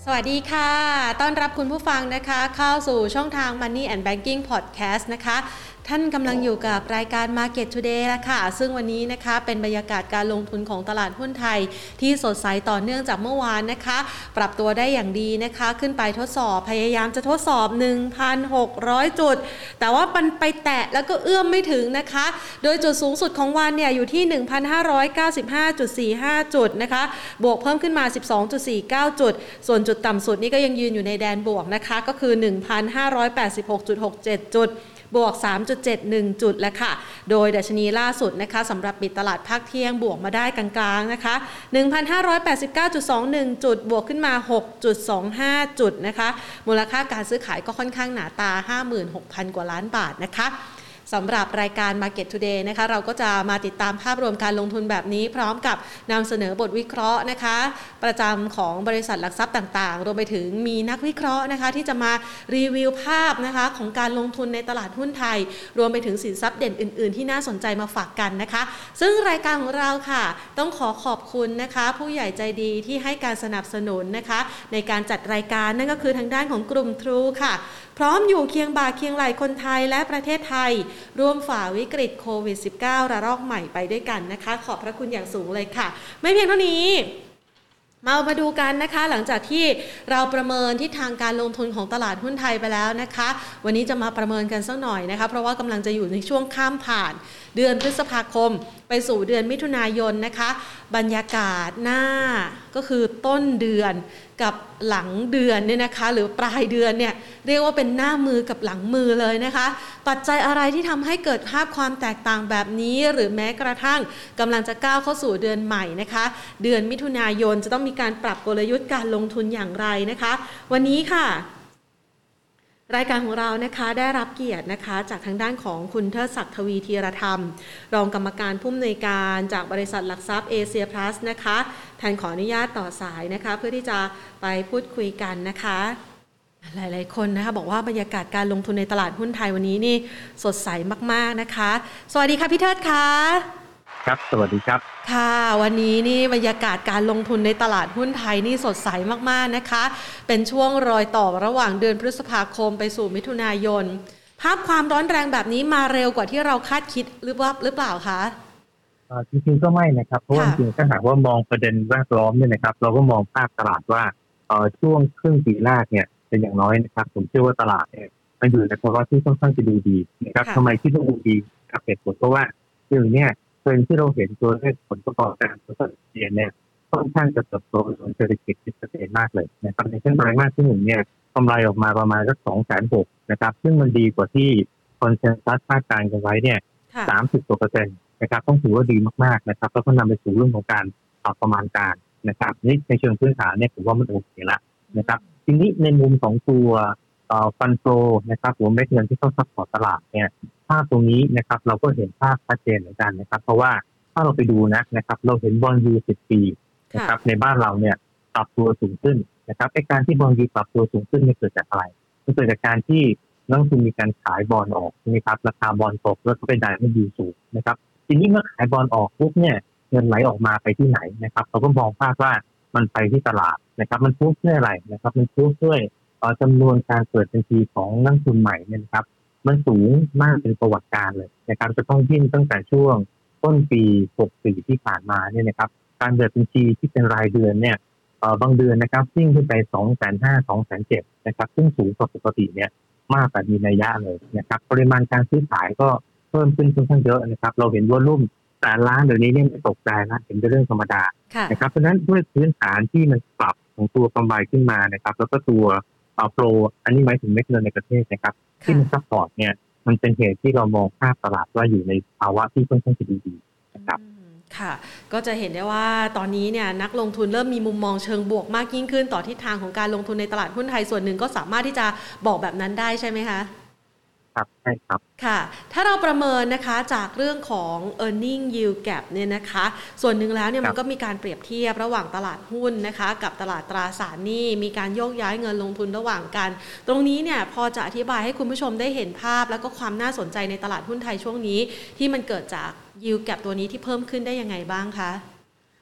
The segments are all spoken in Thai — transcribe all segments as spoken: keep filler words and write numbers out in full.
สวัสดีค่ะต้อนรับคุณผู้ฟังนะคะเข้าสู่ช่องทาง Money and Banking Podcast นะคะท่านกำลังอยู่กับรายการ Market Today แล้วค่ะซึ่งวันนี้นะคะเป็นบรรยากาศการลงทุนของตลาดหุ้นไทยที่สดใสต่อเนื่องจากเมื่อวานนะคะปรับตัวได้อย่างดีนะคะขึ้นไปทดสอบพยายามจะทดสอบ หนึ่งพันหกร้อย จุดแต่ว่ามันไปแตะแล้วก็เอื้อมไม่ถึงนะคะโดยจุดสูงสุดของวันเนี่ยอยู่ที่ หนึ่งพันห้าร้อยเก้าสิบห้าจุดสี่ห้า จุดนะคะบวกเพิ่มขึ้นมา สิบสองจุดสี่เก้า จุดส่วนจุดต่ำสุดนี่ก็ยังยืนอยู่ในแดนบวกนะคะก็คือ หนึ่งพันห้าร้อยแปดสิบหกจุดหกเจ็ด จุดบวก สามจุดเจ็ดหนึ่ง จุดแล้วค่ะโดยดัชนีล่าสุดนะคะสำหรับปิดตลาดภาคเที่ยงบวกมาได้กลางๆนะคะ หนึ่งพันห้าร้อยแปดสิบเก้าจุดสองหนึ่ง จุดบวกขึ้นมา หกจุดสองห้า จุดนะคะมูลค่าการซื้อขายก็ค่อนข้างหนาตา ห้าหมื่นหกพัน กว่าล้านบาทนะคะสำหรับรายการ Market Today นะคะเราก็จะมาติดตามภาพรวมการลงทุนแบบนี้พร้อมกับนำเสนอบทวิเคราะห์นะคะประจำของบริษัทหลักทรัพย์ต่างๆรวมไปถึงมีนักวิเคราะห์นะคะที่จะมารีวิวภาพนะคะของการลงทุนในตลาดหุ้นไทยรวมไปถึงสินทรัพย์เด่นอื่นๆที่น่าสนใจมาฝากกันนะคะซึ่งรายการของเราค่ะต้องขอขอบคุณนะคะผู้ใหญ่ใจดีที่ให้การสนับสนุนนะคะในการจัดรายการนั่นก็คือทางด้านของกลุ่ม True ค่ะพร้อมอยู่เคียงบ่าเคียงไหล่คนไทยและประเทศไทยร่วมฝ่าวิกฤตโควิด สิบเก้า ระลอกใหม่ไปด้วยกันนะคะขอบพระคุณอย่างสูงเลยค่ะไม่เพียงเท่านี้มามาดูกันนะคะหลังจากที่เราประเมินทิศทางการลงทุนของตลาดหุ้นไทยไปแล้วนะคะวันนี้จะมาประเมินกันสักหน่อยนะคะเพราะว่ากำลังจะอยู่ในช่วงข้ามผ่านเดือนพฤษภาคมไปสู่เดือนมิถุนายนนะคะบรรยากาศหน้าก็คือต้นเดือนกับหลังเดือนเนี่ยนะคะหรือปลายเดือนเนี่ยเรียกว่าเป็นหน้ามือกับหลังมือเลยนะคะปัจจัยอะไรที่ทำให้เกิดภาพความแตกต่างแบบนี้หรือแม้กระทั่งกำลังจะก้าวเข้าสู่เดือนใหม่นะคะเดือนมิถุนายนจะต้องมีการปรับกลยุทธ์การลงทุนอย่างไรนะคะวันนี้ค่ะรายการของเรานะคะได้รับเกียรตินะคะจากทางด้านของคุณเทิดศักดิ์ทวีธีรธรรมรองกรรมการผู้อำนวยการจากบริษัทหลักทรัพย์เอเชียพลัสนะคะแทนขออนุญาตต่อสายนะคะเพื่อที่จะไปพูดคุยกันนะคะหลายๆคนนะคะบอกว่าบรรยากาศการลงทุนในตลาดหุ้นไทยวันนี้นี่สดใสมากๆนะคะสวัสดีค่ะพี่เทิดค่ะครับสวัสดีครับค่ะวันนี้นี่บรรยากาศการลงทุนในตลาดหุ้นไทยนี่สดใสมากๆนะคะเป็นช่วงรอยต่อระหว่างเดือนพฤษภาคมไปสู่มิถุนายนภาพความร้อนแรงแบบนี้มาเร็วกว่าที่เราคาดคิดหรือว่าหรือเปล่าคะจริงๆก็ไม่นะครับเพราะว่าจริงๆถ้าหากว่ามองประเด็นแวดล้อมเนี่ยนะครับเราก็มองภาพตลาดว่าช่วงครึ่งปีแรกเนี่ยเป็นอย่างน้อยนะครับผมเชื่อว่าตลาดเนี่ยมันอยู่ในภาวะที่ค่อนข้างจะดูดีนะครับทำไมที่ต้องดูดีครับเหตุผลเพราะว่าเรื่องนี้เป็นที่เราเห็นตัวเลขผลประกอบการตัวเดือนเนี่ยค่อนข้างจะเติบโตในเศรษฐกิจที่ชัดเจนมากเลยนะครับในช่วงไตรมาสที่หนึ่งเนี่ยกำไรออกมาประมาณสัก สองแสนหกหมื่น นะครับซึ่งมันดีกว่าที่คอนเซนซัสคาดการณ์กันไว้เนี่ยสามสิบกว่าเปอร์เซ็นต์นะครับต้องถือว่าดีมากๆนะครับแล้วก็นำไปสู่เรื่องของการปรับประมาณการนะครับนี่ในเชิงพื้นฐานเนี่ยผมว่ามันโอเคละนะครับทีนี้ในมุมของตัวฟันโฟนะครับหัวเม็ดเงินที่เข้าซัพพอร์ตตลาดเนี่ยภาพตรงนี้นะครับเราก็เห็นภาพชัดเจนเหมือนกันนะครับเพราะว่าถ้าเราไปดูนะนะครับเราเห็นบอนด์ยูสิบปีนะครับในบ้านเราเนี่ยปรับตัวสูงขึ้นนะครับไอ้การที่บอนด์ยูปรับตัวสูงขึ้นมันเกิดจากอะไรมันเกิดจากการที่นักลงทุนมีการขายบอนด์ออกใช่ไหมครับราคาบอนด์ตกแล้วก็เป็นไดมันยูสูงนะครับทีนี้เมื่อขายบอนด์ออกปุ๊บเนี่ยเงินไหลออกมาไปที่ไหนนะครับเราก็มองภาพว่ามันไปที่ตลาดนะครับมันพุ่งด้วยอะไรนะครับมันพุ่งด้วยจำนวนการเปิดบัญชีของนักลงทุนใหม่เนี่ยนะครับมันสูงมากเป็นประวัติการเลยนะครับจะต้องยิ่งตั้งแต่ช่วงต้นปีหกสิบสี่ที่ผ่านมาเนี่ยนะครับการเปิดบัญชีที่เป็นรายเดือนเนี่ยบางเดือนนะครับวิ่งขึ้นไป สองแสนห้าหมื่น สองแสนเจ็ดหมื่น นะครับซึ่งสูงกว่าปกติเนี่ยมากกว่ามีนัยยะเลยนะครับปริมาณการซื้อขายก็เพิ่มขึ้นค่อนข้างเยอะนะครับเราเห็นวอลุ่มแต่ล้านเดี๋ยวนี้เนี่ยไม่ตกใจนะเห็นเป็นเรื่องธรรมดานะครับเพราะฉะนั้นด้วยพื้นฐานที่มันปรับของตัวกำไรขึ้นมานะครับแล้วก็ตัวโปรอันนี้หมายถึงเม็ดเงินในประเทศนะครับที่มันซัพพอร์ตเนี่ยมันเป็นเหตุที่เรามองภาพตลาดว่าอยู่ในภาวะที่ค่อนข้างจะดีๆนะครับค่ะก็จะเห็นได้ว่าตอนนี้เนี่ยนักลงทุนเริ่มมีมุมมองเชิงบวกมากยิ่งขึ้นต่อทิศทางของการลงทุนในตลาดหุ้นไทยส่วนหนึ่งก็สามารถที่จะบอกแบบนั้นได้ใช่ไหมคะครับใช่ครับค่ะถ้าเราประเมินนะคะจากเรื่องของ earning yield gap เนี่ยนะคะส่วนหนึ่งแล้วเนี่ยมันก็มีการเปรียบเทียบระหว่างตลาดหุ้นนะคะกับตลาดตราสารหนี้มีการโยกย้ายเงินลงทุนระหว่างกันตรงนี้เนี่ยพอจะอธิบายให้คุณผู้ชมได้เห็นภาพแล้วก็ความน่าสนใจในตลาดหุ้นไทยช่วงนี้ที่มันเกิดจาก yield gap ตัวนี้ที่เพิ่มขึ้นได้ยังไงบ้างคะค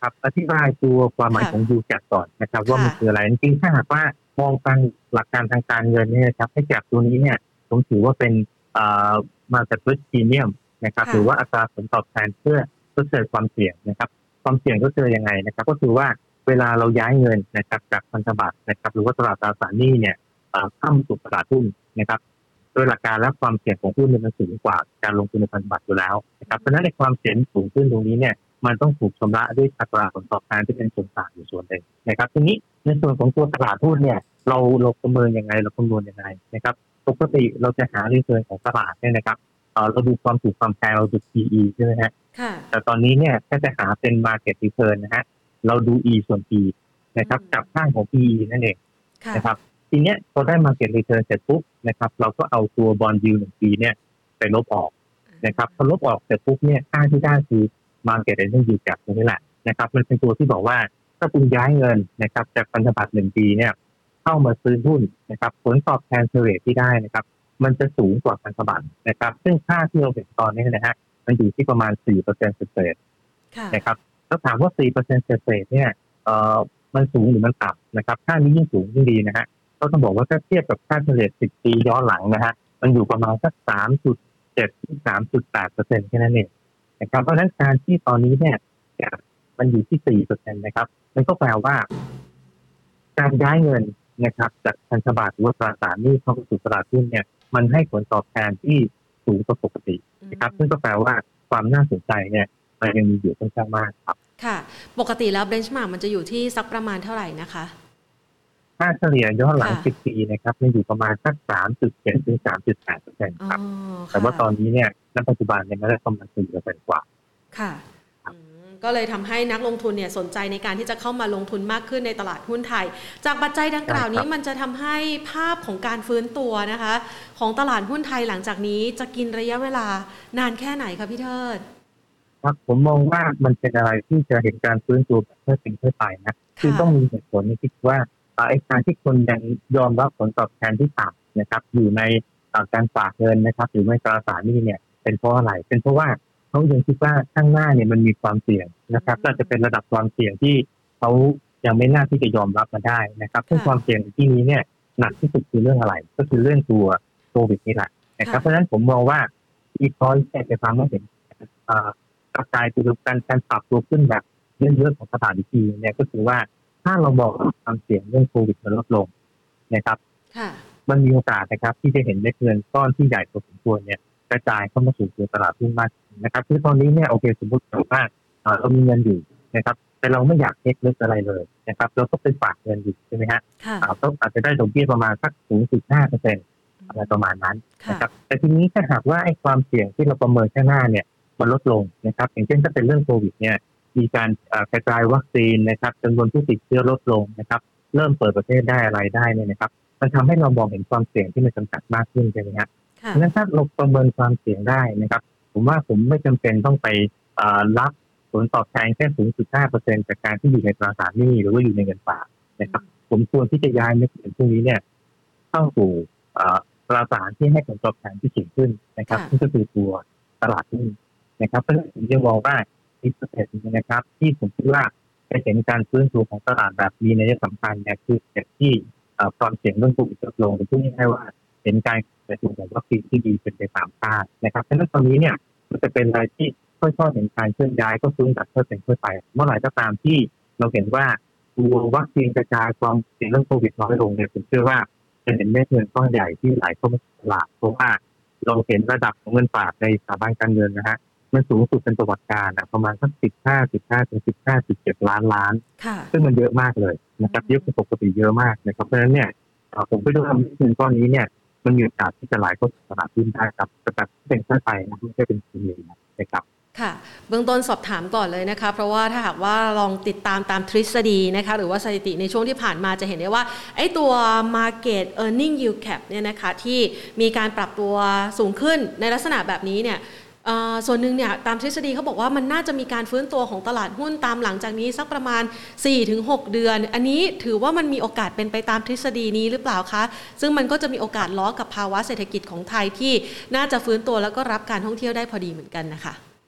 นะครับอธิบายตัวความหมายของ ยู แคป ก่อนนะครับว่ามันคืออะไรจริงๆถ้าหากว่ามองตามหลักการทางการเงินเนี่ยนะครับให้แคปตัวนี้เนี่ยผมถือว่าเป็นมาจากริสก์พรีเมียมนะครับหรือว่าอัตราผลตอบแทนเพื่อทดแทนความเสี่ยงนะครับความเสี่ยงก็เจอยังไงนะครับก็คือว่าเวลาเราย้ายเงินนะครับจากพันธบัตรนะครับหรือว่าตลาดตราสารหนี้เนี่ยเข้าสู่ตลาดหุ้นนะครับโดยหลักการและความเสี่ยงของหุ้นมันสูงกว่าการลงทุนในพันธบัตรอยู่แล้วนะครับเพราะฉะนั้นในความเสี่ยงสูงขึ้นตรงนี้เนี่ยมันต้องถูกชำระด้วยอัตราผลตอบแทนที่เป็นส่วนต่างอยู่ส่วนหนึ่งนะครับทีนี้ในส่วนของตัวตลาดหุ้นเนี่ยเราเราประเมินยังไงเราคำนวณยังไงนะครับปกติเราจะหารีเทิร์นของตลาดเนี่ยนะครับเราดูความถูกความแพงเราดู พี อี ใช่ไหมฮะแต่ตอนนี้เนี่ยถ้าจะหาเป็น market return นะฮะเราดู E ส่วน P นะครับกับข้างของ พี อี นั่นเองนะครับทีเนี้ยพอได้ market return เสร็จปุ๊บนะครับเราก็เอาตัว bond yield หนึ่งปีเนี่ยไปลบออกนะครับพอลบออกเสร็จปุ๊บเนี่ยค่าที่ได้คือ market yield กับตรงนี้แหละนะครับมันเป็นตัวที่บอกว่าถ้าคุณย้ายเงินนะครับจากพันธบัตรหนึ่งปีเนี่ยเข้ามาซื้อหุ้นนะครับผลตอบแทนเฉลี่ยที่ได้นะครับมันจะสูงกว่าพันธบัตรนะครับซึ่งค่าที่เราเห็นตอนนี้นะฮะมันอยู่ที่ประมาณ สี่เปอร์เซ็นต์ เศษๆนะครับถ้าถามว่า สี่เปอร์เซ็นต์ เศษๆเนี่ยเอ่อมันสูงหรือมันต่ำนะครับค่านี้ยิ่งสูงยิ่งดีนะฮะก็ต้องบอกว่าถ้าเทียบกับค่าเฉลี่ยสิบปีย้อนหลังนะฮะมันอยู่ประมาณสัก สามจุดเจ็ด ถึง สามจุดแปดเปอร์เซ็นต์ แค่นั้นเองนะครับเพราะฉะนั้นการที่ตอนนี้เนี่ยมันอยู่ที่ สี่เปอร์เซ็นต์ นะครับมันก็แปลว่าการย้ายเงินนะครับจากพันธบัตรหรือว่าตราสารหนี้เข้าสู่ตลาดหุ้นเนี่ยมันให้ผลตอบแทนที่สูงกว่าปกตินะครับซึ่งก็แปลว่าความน่าสนใจเนี่ยมันยังมีอยู่ค่อนข้างมากครับค่ะปกติแล้วเบนช์มาร์กมันจะอยู่ที่สักประมาณเท่าไหร่นะคะค่าเฉลี่ยย้อนหลังสิบปีนะครับมันอยู่ประมาณสัก สามจุดเจ็ด ถึง สามจุดแปดเปอร์เซ็นต์ ครับแต่ว่าตอนนี้เนี่ยณปัจจุบันเนี่ยมันได้ประมาณ สี่เปอร์เซ็นต์ กว่าค่ะก็เลยทำให้นักลงทุนเนี่ยสนใจในการที่จะเข้ามาลงทุนมากขึ้นในตลาดหุ้นไทยจากปัจจัยดังกล่าวนี้มันจะทำให้ภาพของการฟื้นตัวนะคะของตลาดหุ้นไทยหลังจากนี้จะกินระยะเวลานานแค่ไหนคะพี่เทิดครับผมมองว่ามันเป็นอะไรที่จะเห็นการฟื้นตัวแบบค่อยเป็นค่อยไปนะคือต้องมีเหตุผลที่ว่าไอ้การที่คนยังยอมรับผลตอบแทนที่ต่ำนะครับอยู่ในการฝากเงินนะครับหรือไม่ตราสารหนี้เนี่ยเป็นเพราะอะไรเป็นเพราะว่าเขายังคิดว่าข้างหน้าเนี่ยมันมีความเสี่ยงนะครับก็จะเป็นระดับความเสี่ยงที่เขายังไม่น่าที่จะยอมรับมาได้นะครับซึ่งความเสี่ยงที่นี้เนี่ยหนักที่สุดคือเรื่องอะไรก็คือเรื่องตัวโควิดนี่แหละนะครับเพราะฉะนั้นผมมองว่าอีคอยจะจะทำให้เห็นกระจายตัวการการปรับตัวขึ้นแบบเยอะๆของตลาดอีกทีเนี่ยก็คือว่าถ้าเราบอกความเสี่ยงเรื่องโควิดมันลดลงนะครับมันมีโอกาสนะครับที่จะเห็นเม็ดเงินก้อนที่ใหญ่พอสมควรเนี่ยกระจายเข้ามาสู่ตัวตลาดหุ้นมากนะครับคือตอนนี้เนี่ยโอเคสมมติว่าเรามีเงินอยู่นะครับแต่เราไม่อยากเทคเล็กอะไรเลยนะครับเราก็ไปฝากเงินอยู่ใช่ไหมฮะก็อาจจะได้ดอกเบี้ยประมาณสัก ศูนย์จุดห้าเปอร์เซ็นต์ อะไรประมาณนั้นนะครับแต่ทีนี้ถ้าหากว่าไอ้ความเสี่ยงที่เราประเมินข้างหน้าเนี่ยมันลดลงนะครับอย่างเช่นถ้าเป็นเรื่องโควิดเนี่ยมีการกระจายวัคซีนนะครับจำนวนผู้ติดเชื้อลดลงนะครับเริ่มเปิดประเทศได้อะไรได้เนี่ยนะครับมันทำให้เรามองเห็นความเสี่ยงที่มันจำกัดมากขึ้นใช่ไหมครับเพราะฉะนั้นถ้าเราประเมินความเสี่ยงได้นะครับผมว่าผมไม่จำเป็นต้องไปรับผลตอบแทนแค่ ศูนย์จุดห้าเปอร์เซ็นต์ จากการที่อยู่ในตราสารหนี้หรือว่าอยู่ในเงินฝากนะครับผมควรที่จะย้ายเม็ดเงินพวกนี้เนี่ยเข้าสู่ตราสารที่ให้ผลตอบแทนที่สูงขึ้นนะครับซึ่งก็คือตัวตลาดหุ้นนะครับเพราะฉะนั้นผมจะมองว่าอีกประเด็นนึงนะครับที่ผมคิดว่าจะเห็นการฟื้นตัวของตลาดแบบมีนัยสำคัญเนี่ยคือจากที่ความเสี่ยงเรื่องโควิดลดลงหรือพูดง่ายๆว่าเห็นการกระตุ้นของวัคซีนที่ดีเป็นไปตามคาดนะครับเพราะฉะนั้นตอนนี้เนี่ยมันจะเป็นอะไรที่ค่อยๆเห็นการเคลื่อนย้ายก็ฟื้นจากค่อยเป็นค่อยไปเมื่อไหร่ก็ตามที่เราเห็นว่าตัววัคซีนกระจายความเสี่ยงเรื่องโควิดน้อยลงเนี่ยผมเชื่อว่าจะเห็นเม็ดเงินก้อนใหญ่ที่ไหลเข้ามาตลาดเพราะว่าเราเห็นระดับของเงินฝากในสถาบันการเงินนะฮะมันสูงสุดเป็นประวัติการนะประมาณสักสิบห้า สิบห้าถึงสิบห้าจุดเจ็ดล้านล้านซึ่งมันเยอะมากเลยนะครับเยอะกว่าปกติเยอะมากนะครับเพราะฉะนั้นเนี่ยผมคิดว่าเงินก้อนนี้เนี่ยมันมีโอกาสที่จะไหลเข้าตลาดหุ้นได้ครับแต่แบบเป็นค่าไปนะไม่ใช่เป็นทีเดียวนะครับค่ะเบื้องต้นสอบถามก่อนเลยนะคะเพราะว่าถ้าหากว่าลองติดตามตามทฤษฎีนะคะหรือว่าสถิติในช่วงที่ผ่านมาจะเห็นได้ว่าไอ้ตัว market earning yield cap เนี่ยนะคะที่มีการปรับตัวสูงขึ้นในลักษณะแบบนี้เนี่ยส่วนหนึ่งเนี่ยตามทฤษฎีเขาบอกว่ามันน่าจะมีการฟื้นตัวของตลาดหุ้นตามหลังจากนี้สักประมาณ สี่ถึงหก เดือนอันนี้ถือว่ามันมีโอกาสเป็นไปตามทฤษฎีนี้หรือเปล่าคะซึ่งมันก็จะมีโอกาสล้อกับภาวะเศรษฐกิจของไทยที่น่าจะฟื้นตัวแล้วก็รับการท่องเที่ยวได้พอดีเหมือนกันนะคะครับ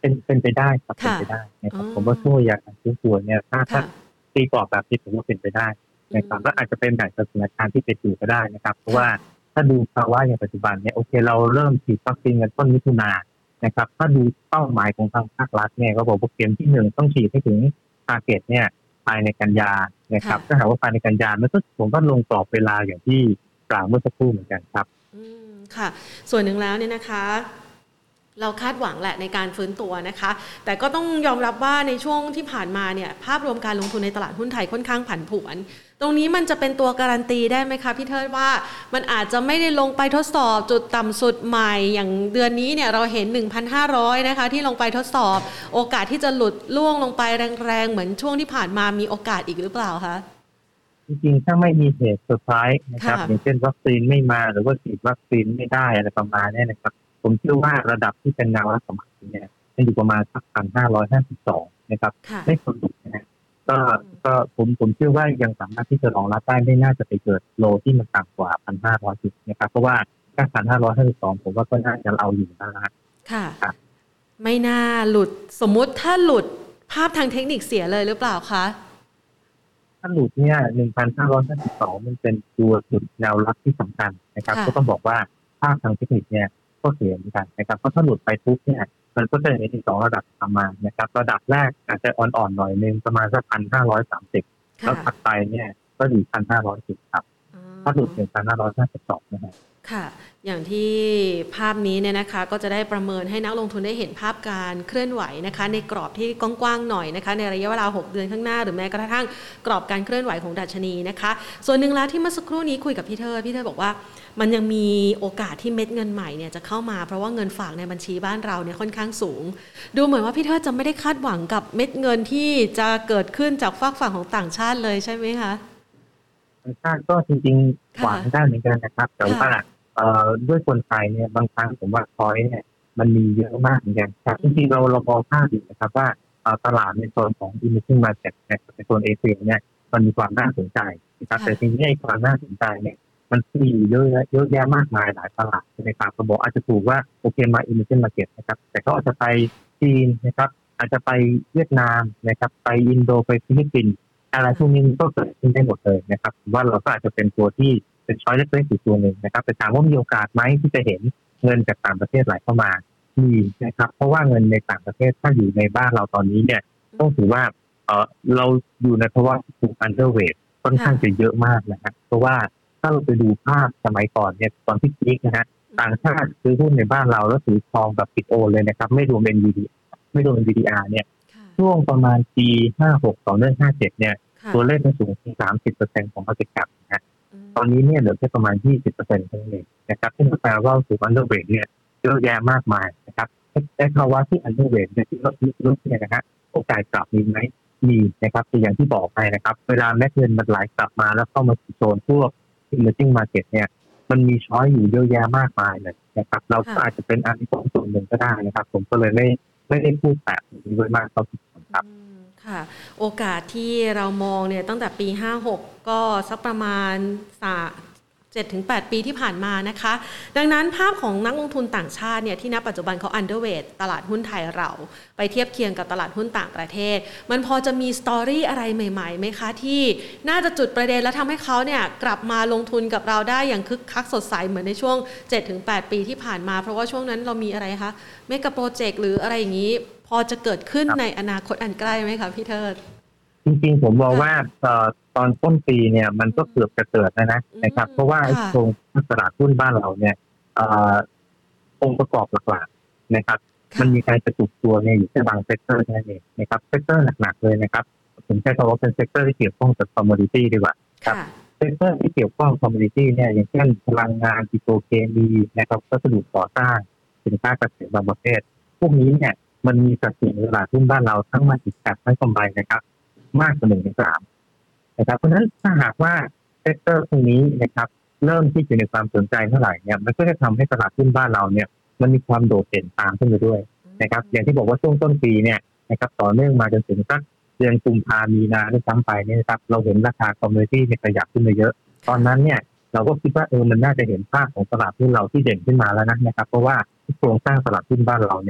เป็นเป็นไปได้ครับเป็นไปได้นะครับผมว่าช่วงระยะการฟื้นตัวเนี่ยถ้าถ้าตีกรอบแบบนี้ผมว่าเป็นไปได้นะครับและอาจจะเป็นแบบสถานการณ์ที่เป็นอยู่ก็ได้นะครับเพราะว่าถ้าดูภาวะอย่างปัจจุบันเนี่ยโอเคเราเริ่มฉีดวัคซีนกันต้นมิถุนายนนะครับถ้าดูเป้าหมายของทางภาครัฐเนี่ยก็บอกว่าเข็มที่หนึ่งต้องฉีดให้ถึงทาร์เก็ตเนี่ยภายในกันยานะครับถ้าหากว่าภายในกันยามันก็ผมก็ลงกรอบเวลาอย่างที่กล่าวเมื่อสักครู่เหมือนกันครับอืมค่ะส่วนหนึ่งแล้วเนี่ยนะคะเราคาดหวังแหละในการฟื้นตัวนะคะแต่ก็ต้องยอมรับว่าในช่วงที่ผ่านมาเนี่ยภาพรวมการลงทุนในตลาดหุ้นไทยค่อนข้างผันผวนตรงนี้มันจะเป็นตัวการันตีได้ไหมคะพี่เทิดว่ามันอาจจะไม่ได้ลงไปทดสอบจุดต่ำสุดใหม่อย่างเดือนนี้เนี่ยเราเห็น หนึ่งพันห้าร้อย นะคะที่ลงไปทดสอบโอกาสที่จะหลุดล่วงลงไปแรงๆเหมือนช่วงที่ผ่านมามีโอกาสอีกหรือเปล่าคะจริงๆถ้าไม่มีเหตุเซอร์ไพรส์นะครับอย่างเช่นวัคซีนไม่มาหรือว่าฉีดวัคซีนไม่ได้อะไรประมาณนี้นะครับผมเชื่อว่าระดับที่เป็นแนวรับสำคัญเนี่ยจะอยู่ประมาณสัก หนึ่งพันห้าร้อยห้าสิบสอง นะครับไม่ควรหลุดนะฮะก็ก็ผมผมเชื่อว่ายังสามารถที่จะรองรับได้ไม่น่าจะไปเกิดโลที่มันต่ำกว่า หนึ่งพันห้าร้อย จุดนะครับเพราะว่าแค่ หนึ่งพันห้าร้อยห้าสิบสอง ผมว่าก็น่าจะเอาอยู่นะฮะค่ะไม่น่าหลุดสมมุติถ้าหลุดภาพทางเทคนิคเสียเลยหรือเปล่าคะถ้าหลุดเนี่ย หนึ่งพันห้าร้อยห้าสิบสอง มันเป็นตัวจุดแนวรับที่สำคัญนะครับก็ต้องบอกว่าภาพทางเทคนิคเนี่ยก็เสียเหมือนกันนะครับเพราะถ้าหลุดไปปุ๊บเนี่ยมันก็จะเห็นอีกสองระดับตามมานะครับระดับแรกอาจจะอ่อนๆหน่อยนึงประมาณสัก หนึ่งพันห้าร้อยสามสิบ แล้วถัดไปเนี่ยก็อยู่ หนึ่งพันห้าร้อยสิบ ครับถ้าหลุด หนึ่งพันห้าร้อยห้าสิบสอง นะฮะค่ะอย่างที่ภาพนี้เนี่ยนะคะก็จะได้ประเมินให้นักลงทุนได้เห็นภาพการเคลื่อนไหวนะคะในกรอบที่กว้างๆหน่อยนะคะในระยะเวลาหกเดือนข้างหน้าหรือแม้กระทั่งกรอบการเคลื่อนไหวของดัชนีนะคะส่วนหนึ่งแล้วที่เมื่อสักครู่นี้คุยกับพี่เทิดพี่เทิดบอกว่ามันยังมีโอกาสที่เม็ดเงินใหม่เนี่ยจะเข้ามาเพราะว่าเงินฝากในบัญชีบ้านเราเนี่ยค่อนข้างสูงดูเหมือนว่าพี่เทิดจะไม่ได้คาดหวังกับเม็ดเงินที่จะเกิดขึ้นจากฝากฝั่งของต่างชาติเลยใช่ไหมคะต่างชาติก็จริงๆหวังได้เหมือนกันนะครับแต่ว่าเอ่อด้วยคนไทยเนี่ยบางครั้งผมว่าคอยเนี่ยมันมีเยอะมากเหมือนกันครับจริงๆเราเรามองภาพอยู่นะครับว่าตลาดในโซนของ emerging market ในโซนเอเชียเนี่ยมันมีความน่าสนใจนะครับแต่จริงๆไอ้ความน่าสนใจเนี่ยมันมีอยู่เยอะเยอะแยะมากมายหลายตลาดในตามระบบอาจจะถูกว่าโอเคมา emerging market นะครับแต่ก็อาจจะไปจีนนะครับอาจจะไปเวียดนามนะครับไปอินโดไปฟิลิปปินส์อะไรพวกนี้ก็เกิดขึ้นได้หมดเลยนะครับว่าเราก็อาจจะเป็นตัวที่เป็นช้อยเล็กๆอีกตัวหนึ่งนะครับแต่ถามว่ามีโอกาสไหมที่จะเห็นเงินจากต่างประเทศไหลเข้ามามีนะครับเพราะว่าเงินในต่างประเทศถ้าอยู่ในบ้านเราตอนนี้เนี่ยต้องถือว่าเออเราอยู่ในภาวะถูก underweight ค่อนข้างจะเยอะมากนะครับเพราะว่าถ้าเราไปดูภาพสมัยก่อนเนี่ยตอนที่พีคนะฮะต่างชาติซื้อหุ้นในบ้านเราแล้วถือทองแบบปิดโอนเลยนะครับไม่รวม เอ็น วี ดี ไม่รวม เอ็น วี ดี อาร์ เนี่ยช่วงประมาณปีห้าหกต่อเนื่องห้าเจ็ดเนี่ยตัวเลขมันสูงถึง สามสิบเปอร์เซ็นต์ ของ market cap นะฮะตอนนี้เนี่ยเหลือแค่ประมาณ ยี่สิบเปอร์เซ็นต์ เท่านั้นเองนะครับซึ่งแปลว่าถูก underweight เนี่ยเยอะแยะมากมายนะครับแต่ภาวะที่ underweight เนี่ยที่ลดลดเนี่ยนะฮะโอกาสกลับมีไหมมีนะครับแต่อย่างที่บอกไปนะครับเวลาแม็กเงินมันไหลกลับมาแล้วเข้ามาสู่โซนพวก emerging market เนี่ยมันมีช้อยอยู่เยอะแยะมากมายเลยนะครับเราก็อาจจะเป็นอันที่สองส่วนหนึ่งก็ได้นะครับผมก็เลยไม่ไม่ได้พูดแบบนี้ไว้มากเท่าที่ควรครับค่ะโอกาสที่เรามองเนี่ยตั้งแต่ปีห้าหกก็สักประมาณเจ็ดถึงแปด ปีที่ผ่านมานะคะดังนั้นภาพของนักลงทุนต่างชาติเนี่ยที่ณปัจจุบันเขา underweight ตลาดหุ้นไทยเราไปเทียบเคียงกับตลาดหุ้นต่างประเทศมันพอจะมีสตอรี่อะไรใหม่ๆไหมคะที่น่าจะจุดประเด็นและทำให้เขาเนี่ยกลับมาลงทุนกับเราได้อย่างคึกคักสดใสเหมือนในช่วง เจ็ดถึงแปด ปีที่ผ่านมาเพราะว่าช่วงนั้นเรามีอะไรคะเมกะโปรเจกต์หรืออะไรอย่างนี้พอจะเกิดขึ้นในอนาคตอันใกล้ไหมคะพี่เทิดจริงๆผมมองว่าตอนต้นปีเนี่ยมันก็เกือบจะเกิดแล้วนะนะครับเพราะว่าโครงตลาดหุ้นบ้านเราเนี่ยองค์ประกอบหลักๆนะครับมันมีการกระจุกตัวเนี่ยอยู่แค่บางเซกเตอร์นั่นเองนะครับเซกเตอร์หนักๆเลยนะครับผมใช้คำว่าเป็นเซกเตอร์ที่เกี่ยวข้องกับคอมโมดิตี้ดีกว่าครับเซกเตอร์ที่เกี่ยวข้องกับคอมโมดิตี้เนี่ยอย่างเช่นพลังงานปิโตรเคมีนะครับวัสดุก่อสร้างสินค้าเกษตรบางประเภทพวกนี้เนี่ยมันมีสัดส่วนในตลาดหุ้นบ้านเราทั้งมาติดแคปทั้งกำไรนะครับมากกว่าหนึ่งในสามนะครับเพราะฉะนั้นถ้าหากว่าเซกเตอร์ตรงนี้นะครับเริ่มที่จะมีความสนใจเท่าไหร่เนี่ยมันก็จะทำให้ตลาดหุ้นบ้านเราเนี่ยมันมีความโดดเด่นตามขึ้นไปด้วยนะครับอย่างที่บอกว่าช่วงต้นปีเนี่ยนะครับต่อเนื่องมาจนถึงสักเดือนกุมภาพันธ์มีนาด้วยซ้ำไปเนี่ยนะครับเราเห็นราคาคอมมูนิตี้เนี่ยขยับขึ้นมาเยอะตอนนั้นเนี่ยเราก็คิดว่าเออมันน่าจะเห็นภาพของตลาดหุ้นเราที่เด่นขึ้นมาแล้วนะนะครับเพราะว่าโครงสร้างตลาดหุ้นบ้านเราเนี่ย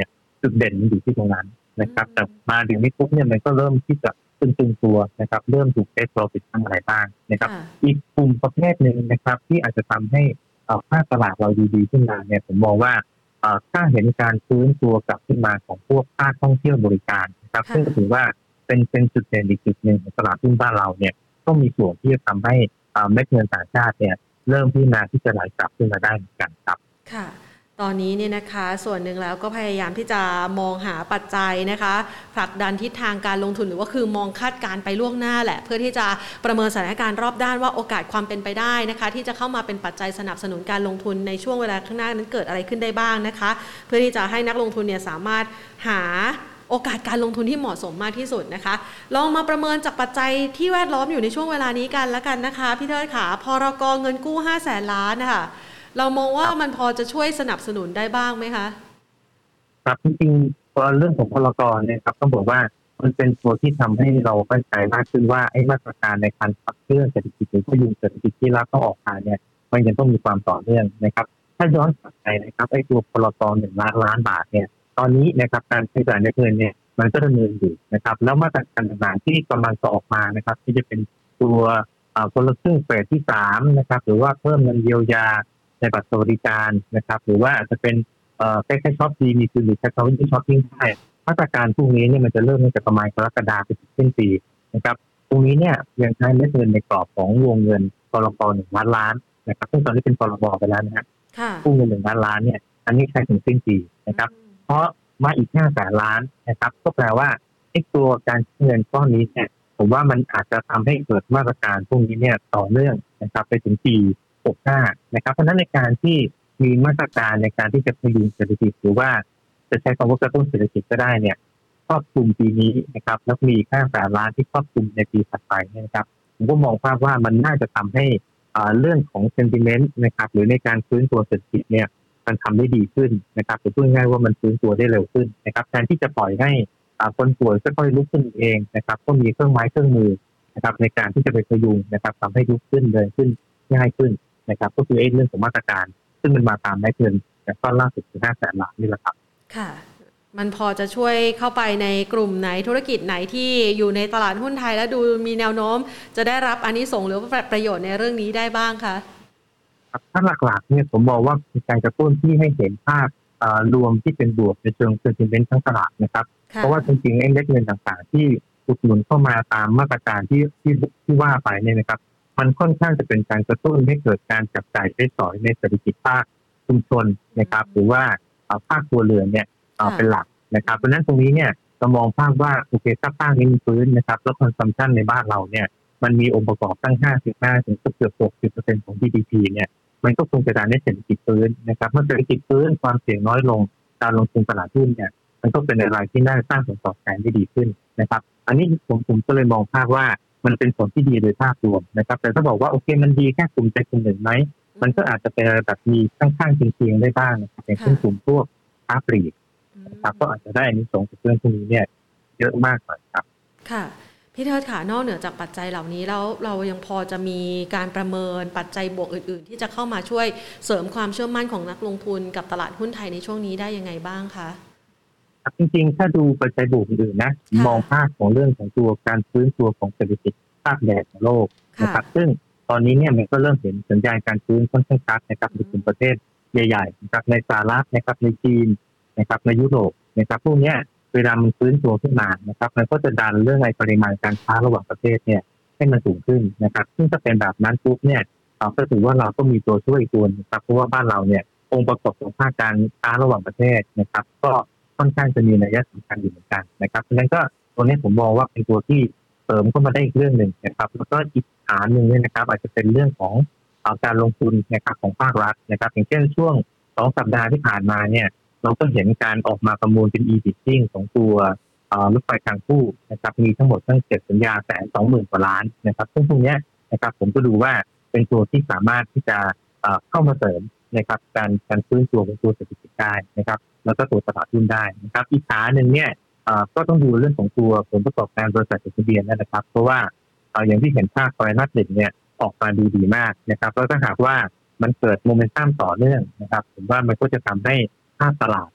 จุดเด่นมันอยู่ที่ตรงนั้นนะครับแต่มาถึงนี้ปุ๊บเนี่ยมันก็เริ่มที่จะตึงๆตัวนะครับเริ่มถูกเทคโปรฟิตทำอะไรบ้างนะครับอีกกลุ่มประเภทหนึ่งนะครับที่อาจจะทำให้ภาคตลาดเราดีๆขึ้นมาเนี่ยผมมองว่าถ้าเห็นการฟื้นตัวกลับขึ้นมาของพวกภาคท่องเที่ยวบริการนะครับซึ่งถือว่าเป็นเป็นจุดเด่นอีกจุดหนึ่งของตลาดหุ้นบ้านเราเนี่ยก็มีส่วนที่จะทำให้เม็ดเงินต่างชาติเนี่ยเริ่มพิจารณาที่จะไหลกลับขึ้นมาได้เหมือนกันครับค่ะตอนนี้เนี่ยนะคะส่วนหนึ่งแล้วก็พยายามที่จะมองหาปัจจัยนะคะผลักดันทิศทางการลงทุนหรือว่าคือมองคาดการไปล่วงหน้าแหละเพื่อที่จะประเมินสถานการณ์รอบด้านว่าโอกาสความเป็นไปได้นะคะที่จะเข้ามาเป็นปัจจัยสนับสนุนการลงทุนในช่วงเวลาข้างหน้านั้นเกิดอะไรขึ้นได้บ้างนะคะเพื่อที่จะให้นักลงทุนเนี่ยสามารถหาโอกาสการลงทุนที่เหมาะสมมากที่สุดนะคะลองมาประเมินจากปัจจัยที่แวดล้อมอยู่ในช่วงเวลานี้กันแล้วกันนะคะพี่เทิดขาพรก.เงินกู้ห้าแสนล้านนะคะเรามองว่ามันพอจะช่วยสนับสนุนได้บ้างไหมคะครับจริงๆเรื่องของพรก.เนี่ยครับต้องบอกว่ามันเป็นตัวที่ทำให้เราเข้าใจมากขึ้นว่าไอ้มาตรการในการขับเคลื่อนเศรษฐกิจหรือพยุงเศรษฐกิจที่รัฐต้องออกมาเนี่ยมันยังต้องมีความต่อเนื่องนะครับถ้าย้อนกลับไปนะครับไอ้ตัวพรก.หนึ่งล้านล้านบาทเนี่ยตอนนี้นะครับการใช้จ่ายในเงินเนี่ยมันก็ดำเนินอยู่นะครับแล้วมาตรการต่างๆที่กำลังจะออกมานะครับที่จะเป็นตัวคนละครึ่งเฟสที่สามนะครับหรือว่าเพิ่มเงินเยียวยาในบัตรสวัสดิการนะครับหรือว่าอาจจะเป็นใกล้ๆช็อปดีมีคืนหรือใช้คำว่าที่ช็อปปิ้งได้มาตรการพวกนี้เนี่ยมันจะเริ่มตั้งแต่ประมาณกรกฎาคมไปถึงสิ้นปีนะครับตรงนี้เนี่ยยังใช้เม็ดเงินในกรอบของวงเงินพรก.หนึ่งล้านล้านนะครับซึ่งตอนนี้เป็นพรบ.ไปแล้วนะฮะวงเงินหนึ่งล้านล้านเนี่ยอันนี้ใช้ถึงสิ้นปีนะครับเพราะมาอีกห้าแสนล้านนะครับก็แปลว่าไอ้ตัวการเงินก้อนนี้เนี่ยผมว่ามันอาจจะทำให้เกิดมาตรการพวกนี้เนี่ยต่อเนื่องนะครับไปถึงปีหกสิบห้านะครับเพราะฉะนั้นในการที่มีมาตรการในการที่จะพยุงเศรษฐกิจหรือว่าจะใช้คำว่ากระตุ้นเศรษฐกิจก็ได้เนี่ยครอบคลุมปีนี้นะครับแล้วมีค่าแสนล้านที่ครอบคลุมในปีถัดไปนะครับผมก็มองภาพว่ามันน่าจะทำให้เรื่องของ sentiment นะครับหรือในการฟื้นตัวเศรษฐกิจเนี่ยมันทำได้ดีขึ้นนะครับหรือพูดง่ายๆว่ามันฟื้นตัวได้เร็วขึ้นนะครับแทนที่จะปล่อยให้คนป่วยค่อยๆลุกขึ้นเองนะครับก็มีเครื่องไม้เครื่องมือนะครับในการที่จะไปพยุงนะครับทำให้ลุกขึ้นเดินขึ้นง่ายขึ้นนะครับก็คือเรื่องของมาตรการซึ่งมันมาตามแม่เงินแต่ก็ล่าสุดคือห้าแสนล้านนี่แหละครับค่ะมันพอจะช่วยเข้าไปในกลุ่มไหนธุรกิจไหนที่อยู่ในตลาดหุ้นไทยและดูมีแนวโน้มจะได้รับอานิสงส์หรือว่าประโยชน์ในเรื่องนี้ได้บ้างคะถ้าหลักๆเนี่ยผมมองว่าเป็นการกระตุ้นที่ให้เห็นภาพรวมที่เป็นบวกในเชิงเซนติเมนต์ทั้งตลาดนะครับเพราะว่าจริงๆไอ้เม็ดเงินต่างๆที่อุดหนุนเข้ามาตามมาตรการที่ที่ที่ว่าไปเนี่ยนะครับมันค่อนข้างจะเป็นการกระตุ้นให้เกิดการจับจ่ายใช้สอยในเศรษฐกิจภาคชุมชนนะครับหรือว่าภาคครัวเรือนเนี่ยเป็นหลักนะครับเพราะฉะนั้นตรงนี้เนี่ยเรามองภาพว่าโอเคถ้าภาคนี้มันฟื้นนะครับแล้วคอนซัมชันในบ้านเราเนี่ยมันมีองค์ประกอบตั้ง ห้าสิบห้า ถึงเกือบ หกสิบเปอร์เซ็นต์ ของ จี ดี พี เนี่ยมันก็คงจะดันให้เศรษฐกิจฟื้นนะครับเมื่อเศรษฐกิจฟื้นความเสี่ยงน้อยลงการลงทุนตลาดหุ้นเนี่ยมันก็เป็นอะไรที่น่าสร้างผลตอบแทนได้ดีขึ้นนะครับอันนี้ผมผมก็เลยมองภาพว่ามันเป็นผลที่ดีโดยภาพรวมนะครับแต่ถ้าบอกว่าโอเคมันดีแค่กลุ่มใดกลุ่มหนึ่งไหมมันก็อาจจะเป็นแบบมีข้างๆจริงๆได้บ้างนะครับอย่างเช่นกลุ่มพวกค้าปลีกนะครับก็อาจจะได้อานิสงส์จากเรื่องพวกนี้เนี่ยเยอะมากหน่อยครับค่ะพี่เทิดค่ะนอกเหนือจากปัจจัยเหล่านี้แล้วเรายังพอจะมีการประเมินปัจจัยบวกอื่นๆที่จะเข้ามาช่วยเสริมความเชื่อมั่นของนักลงทุนกับตลาดหุ้นไทยในช่วงนี้ได้ยังไงบ้างคะจริงๆถ้าดูปัจจัยบวกอื่นๆนะมองภาพของเรื่องของตัวการฟื้นตัวของเศรษฐกิจภาคแดดของโลกนะครับซึ่งตอนนี้เนี่ยมันก็เริ่มเห็นสัญญาณการฟื้นค่อนข้างชัดนะครับในกลุ่มประเทศใหญ่ๆนะครับในสหรัฐนะครับในจีนนะครับในยุโรปนะครับพวกนี้เวลามันฟื้นตัวขึ้นมานะครับมันก็จะดันเรื่องในปริมาณการค้าระหว่างประเทศเนี่ยให้มันสูงขึ้นนะครับซึ่งถ้าเป็นแบบนั้นปุ๊บเนี่ยเราก็ถือว่าเราก็มีตัวช่วยอีกตัวนะครับเพราะว่าบ้านเราเนี่ยองค์ประกอบของภาคการค้าระหว่างประเทศนะครับก็ค่อนข้างจะมีนัยสำคัญอยู่เหมือนกันนะครับเพราะฉะนั้นก็ตัวนี้ผมมองว่าเป็นตัวที่เสริมเข้ามาได้อีกเรื่องหนึ่งนะครับแล้วก็อีกฐานหนึ่งเนี่ยนะครับอาจจะเป็นเรื่องของการลงทุนนะครับของภาครัฐนะครับอย่างเช่นช่วงสองสัปดาห์ที่ผ่านมาเนี่ยเราก็เห็นการออกมาประมูลเป็น e-bidding ของตัวรถไฟทางคู่นะครับมีทั้งหมดตั้งเจ็ดสัญญาแสนสองหมื่นกว่าล้านนะครับซึ่งตรงนี้นะครับผมก็ดูว่าเป็นตัวที่สามารถที่จะเข้ามาเสริมนะครับการการฟื้นตัวของตัวเศรษฐกิจได้นะครับแล้วก็ตัวตลาดหุ้นได้นะครับอีกขาหนึ่งเนี่ยก็ต้องดูเรื่องของตัวผลประกอบการบริษัทจดทะเบียนนะครับเพราะว่าอย่างที่เห็นภาคไตรมาสหนึ่งเนี่ยออกมาดูดีมากนะครับแล้วถ้าหากว่ามันเกิดโมเมนตัมต่อเนื่องนะครับผมว่ามันก็จะทำให้ภาพตลาดเนี่ย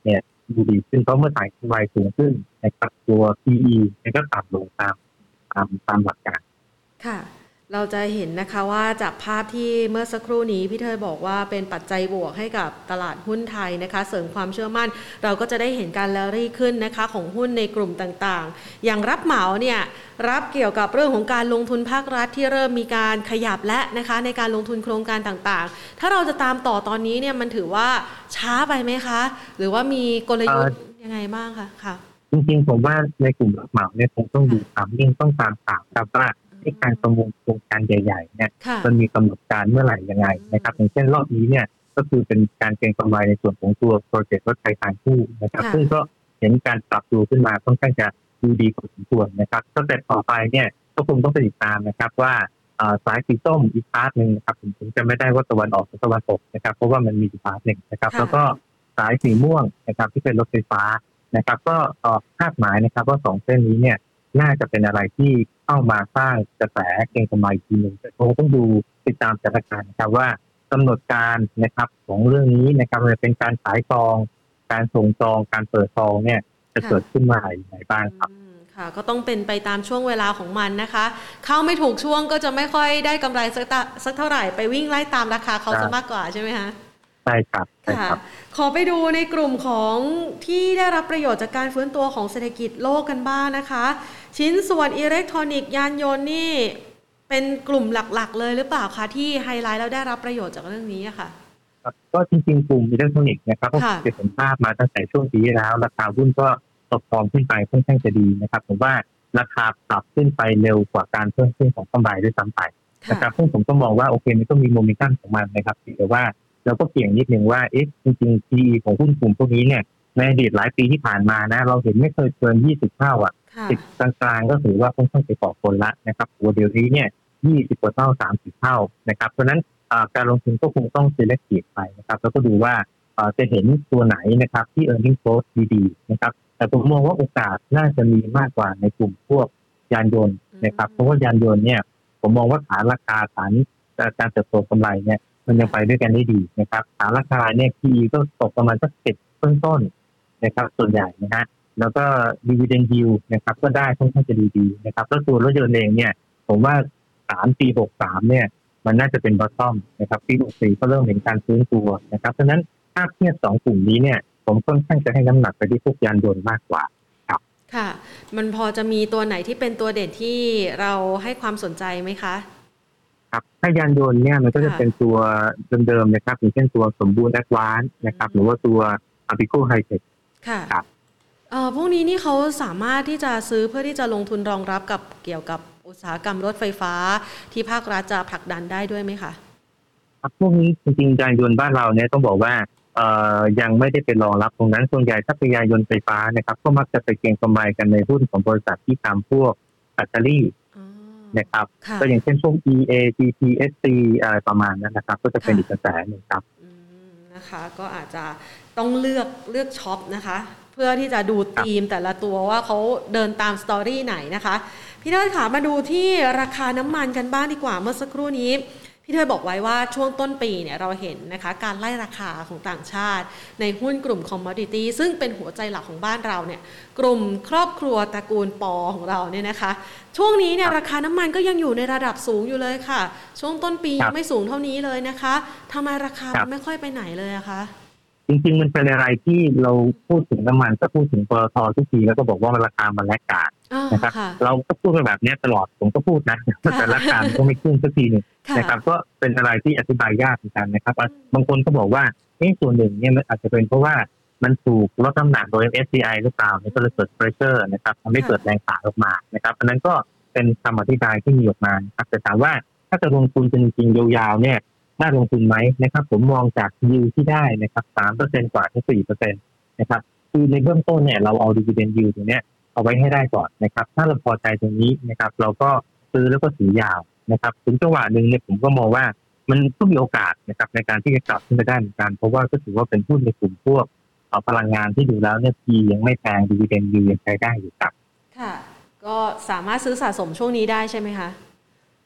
ดูดีขึ้นเพราะเมื่อสายกำไรสูงขึ้นนะครับตัว พี อี มันก็ต่ำลงตามตามตามหลักการค่ะเราจะเห็นนะคะว่าจากภาพที่เมื่อสักครู่นี้พี่เทยบอกว่าเป็นปัจจัยบวกให้กับตลาดหุ้นไทยนะคะเสริมความเชื่อมั่นเราก็จะได้เห็นการแรลลี่ขึ้นนะคะของหุ้นในกลุ่มต่างๆอย่างรับเหมาเนี่ยรับเกี่ยวกับเรื่องของการลงทุนภาครัฐที่เริ่มมีการขยับและนะคะในการลงทุนโครงการต่างๆถ้าเราจะตามต่อตอนนี้เนี่ยมันถือว่าช้าไปไหมคะหรือว่ามีกลยุทธ์ยังไงบ้างคะค่ะจริงๆผมว่าในกลุ่มรับเหมาเนี่ยคงต้องดูตามยิ่งต้องตามข่าวครับว่าที่การประมูลโครงการใหญ่ๆเนี่ยมันมีกำหนดการเมื่อไหร่ยังไงนะครับอย่างเช่นรอบนี้เนี่ยก็คือเป็นการเก็งกำไรในส่วนของตัวโปรเจกต์รถไฟทางคู่นะครับซึ่งก็เห็นการปรับตัวขึ้นมาค่อนข้างจะดูดีพอสมควรนะครับสเต็ปต่อไปเนี่ยก็คงต้องไปติดตามนะครับว่าสายสีส้มอีกพาร์ทนึงนะครับผมจะไม่ได้ว่าตะวันออกหรือตะวันตกนะครับเพราะว่ามันมีอีกพาร์ทนึงนะครับแล้วก็สายสีม่วงนะครับที่เป็นรถไฟฟ้านะครับก็คาดหมายนะครับว่าสองเส้นนี้เนี่ยน่าจะเป็นอะไรที่เข้ามาสร้างกระแสเก็งกำไรอีกทีหนึ่งแต่คงต้องดูติดตามสถานการณ์นะครับว่ากำหนดการนะครับของเรื่องนี้นะครับจะเป็นการขายซองการส่งซองการเปิดซองเนี่ยจะเกิดขึ้นมาอย่างไรบ้างครับค่ะก็ต้องเป็นไปตามช่วงเวลาของมันนะคะเข้าไม่ถูกช่วงก็จะไม่ค่อยได้กำไรสักสักเท่าไหร่ไปวิ่งไล่ตามราคาเขาซะมากกว่าใช่ไหมคะใช่ครับใช่ครับขอไปดูในกลุ่มของที่ได้รับประโยชน์จากการฟื้นตัวของเศรษฐกิจโลกกันบ้างนะคะชิ้นส่วนอิเล็กทรอนิกส์ยานยนต์นี่เป็นกลุ่มหลักๆเลยหรือเปล่าคะที่ไฮไลท์แล้วได้รับประโยชน์จากเรื่องนี้อะค่ะก็จริงๆกลุ่มอิเล็กทรอนิกส์นะครับก็เกิดผลภาพมาตั้งแต่ช่วงปีที่แล้วราคาหุ้นก็ตกฟองขึ้นไปค่อนข้างจะดีนะครับผมว่าราคาปรับขึ้นไปเร็วกว่าการเพิ่มขึ้นของกำไรด้วยซ้ำไปนะครับซึ่งผมก็มองว่าโอเคมันก็มีโมเมนตัมของมันนะครับแต่ว่าเราก็เกี่ยงนิดนึงว่าเอ๊ะจริงๆ พี อี ของหุ้นกลุ่มพวกนี้เนี่ยในอดีตหลายปีที่ผ่านมานะเราเห็นไม่เคยเกินยี่สิบเท่าอ่ะติดกลางๆก็ถือว่าค่อนข้างจะก่อคนละนะครับตัวเดียวนี้เนี่ยยี่สิบกว่าเท่าสามสิบเท่านะครับเพราะนั้นการลงทุนก็คงต้อง selective ไปนะครับแล้วก็ดูว่าจะเห็นตัวไหนนะครับที่ earning growth ดีๆนะครับแต่ผมมองว่าโอกาสน่าจะมีมากกว่าในกลุ่มพวกยานยนต์นะครับเพราะว่ายานยนต์เนี่ยผมมองว่าฐานราคาฐานการเติบโตกำไรเนี่ยมันยังไปด้วยกันได้ดีนะครับฐานราคาเนี่ย พี อี ก็ตกประมาณสักสิบต้นๆนะครับส่วนใหญ่นะฮะแล้วก็ dividend yield นะครับก็ได้ค่อนข้างจะดีๆนะครับแล้วตัวรถยนต์เองเนี่ยผมว่าสามปีหกสิบสามเนี่ยมันน่าจะเป็น bottom นะครับปีหกสิบสี่ก็เริ่มเห็นการฟื้นตัวนะครับเพราะฉะนั้นถ้าเทียบสองกลุ่มนี้เนี่ยผมค่อนข้างจะให้น้ำหนักไปที่พวกยานยนต์มากกว่าครับค่ะมันพอจะมีตัวไหนที่เป็นตัวเด่นที่เราให้ความสนใจไหมคะครับถ้ายานยนต์เนี่ยมันก็จะเป็นตัวเดิมๆนะครับอย่างเช่นตัวสมบูรณ์แอดวานซ์นะครับหรือว่าตัว Apico High-Tech ค่ะครับเอ่อพวกนี้นี่เขาสามารถที่จะซื้อเพื่อที่จะลงทุนรองรับกับเกี่ยวกับอุตสาหกรรมรถไฟฟ้าที่ภาครัฐจะผลักดันได้ด้วยไหมคะครับพวกนี้จริงๆยานยนต์บ้านเราเนี่ยต้องบอกว่าเอ่อยังไม่ได้เป็นรองรับตรงนั้นส่วนใหญ่ถ้าเป็นยานยนต์ไฟฟ้านะครับก็มักจะไปเก็งกำไรกันในหุ้นของบริษัทที่ทำพวกแบตเตอรี่นะครับก็อย่างเช่นพวก อี เอ จี ที เอส ซี อะไรประมาณนั้นนะครับก็จะเป็นอีกกระแสหนึ่งครับนะคะก็อาจจะต้องเลือกเลือกช็อปนะคะเพื่อที่จะดูธีมแต่ละตัวว่าเขาเดินตามสตอรี่ไหนนะคะพี่เทิดค่ะมาดูที่ราคาน้ำมันกันบ้างดีกว่าเมื่อสักครู่นี้พี่เทิดบอกไว้ว่าช่วงต้นปีเนี่ยเราเห็นนะคะการไล่ราคาของต่างชาติในหุ้นกลุ่มคอมมอดิตี้ซึ่งเป็นหัวใจหลักของบ้านเราเนี่ยกลุ่มครอบครัวตระกูลปอของเราเนี่ยนะคะช่วงนี้เนี่ยราคาน้ำมันก็ยังอยู่ในระดับสูงอยู่เลยค่ะช่วงต้นปียังไม่สูงเท่านี้เลยนะคะทำไมราคาไม่ค่อยไปไหนเลยอะคะจริงๆมันเป็นอะไรที่เราพูดถึงน้ำมันก็พูดถึงปตท.ทุกทีแล้วก็บอกว่าราคามันแลกขาดนะครับเราก็พูดกันแบบนี้ตลอดผมก็พูดนะแต่ราคาก็ไม่ขึ้นสักทีนึงนะครับก็เป็นอะไรที่อธิบายยากเหมือนกันนะครับบางคนก็บอกว่าเอ๊ะส่วนหนึ่งเนี่ยมันอาจจะเป็นเพราะว่ามันถูกลดน้ำหนักโดย เอส ซี ไอ หรือเปล่าเนี่ยก็เลยเกิด pressure นะครับทำให้เกิดแรงขายออกมานะครับอันนั้นก็เป็นคำอธิบายที่มีออกมาครับแต่ถามว่าถ้าจะลงทุนจริงๆยาวๆเนี่ยน่าลงทุนไหมนะครับผมมองจากยิวที่ได้นะครับ สามเปอร์เซ็นต์ กว่าถึง สี่เปอร์เซ็นต์ นะครับคือในเบื้องต้นเนี่ยเราเอา dividend yield ตรงนี้เอาไว้ให้ได้ก่อนนะครับถ้าเราพอใจตรงนี้นะครับเราก็ซื้อแล้วก็ถือยาวนะครับถึงจังหวะนึงเนี่ยผมก็มองว่ามันก็มีโอกาสนะครับในการที่จะกลับขึ้นมาได้เหมือนกันเพราะว่าก็ถือว่าเป็นหุ้นในกลุ่มพวกพลังงานที่ดูแล้วเนี่ย P ยังไม่แพง dividend yield ยังใช้ได้อยู่ครับค่ะก็สามารถซื้อสะสมช่วงนี้ได้ใช่ไหมคะ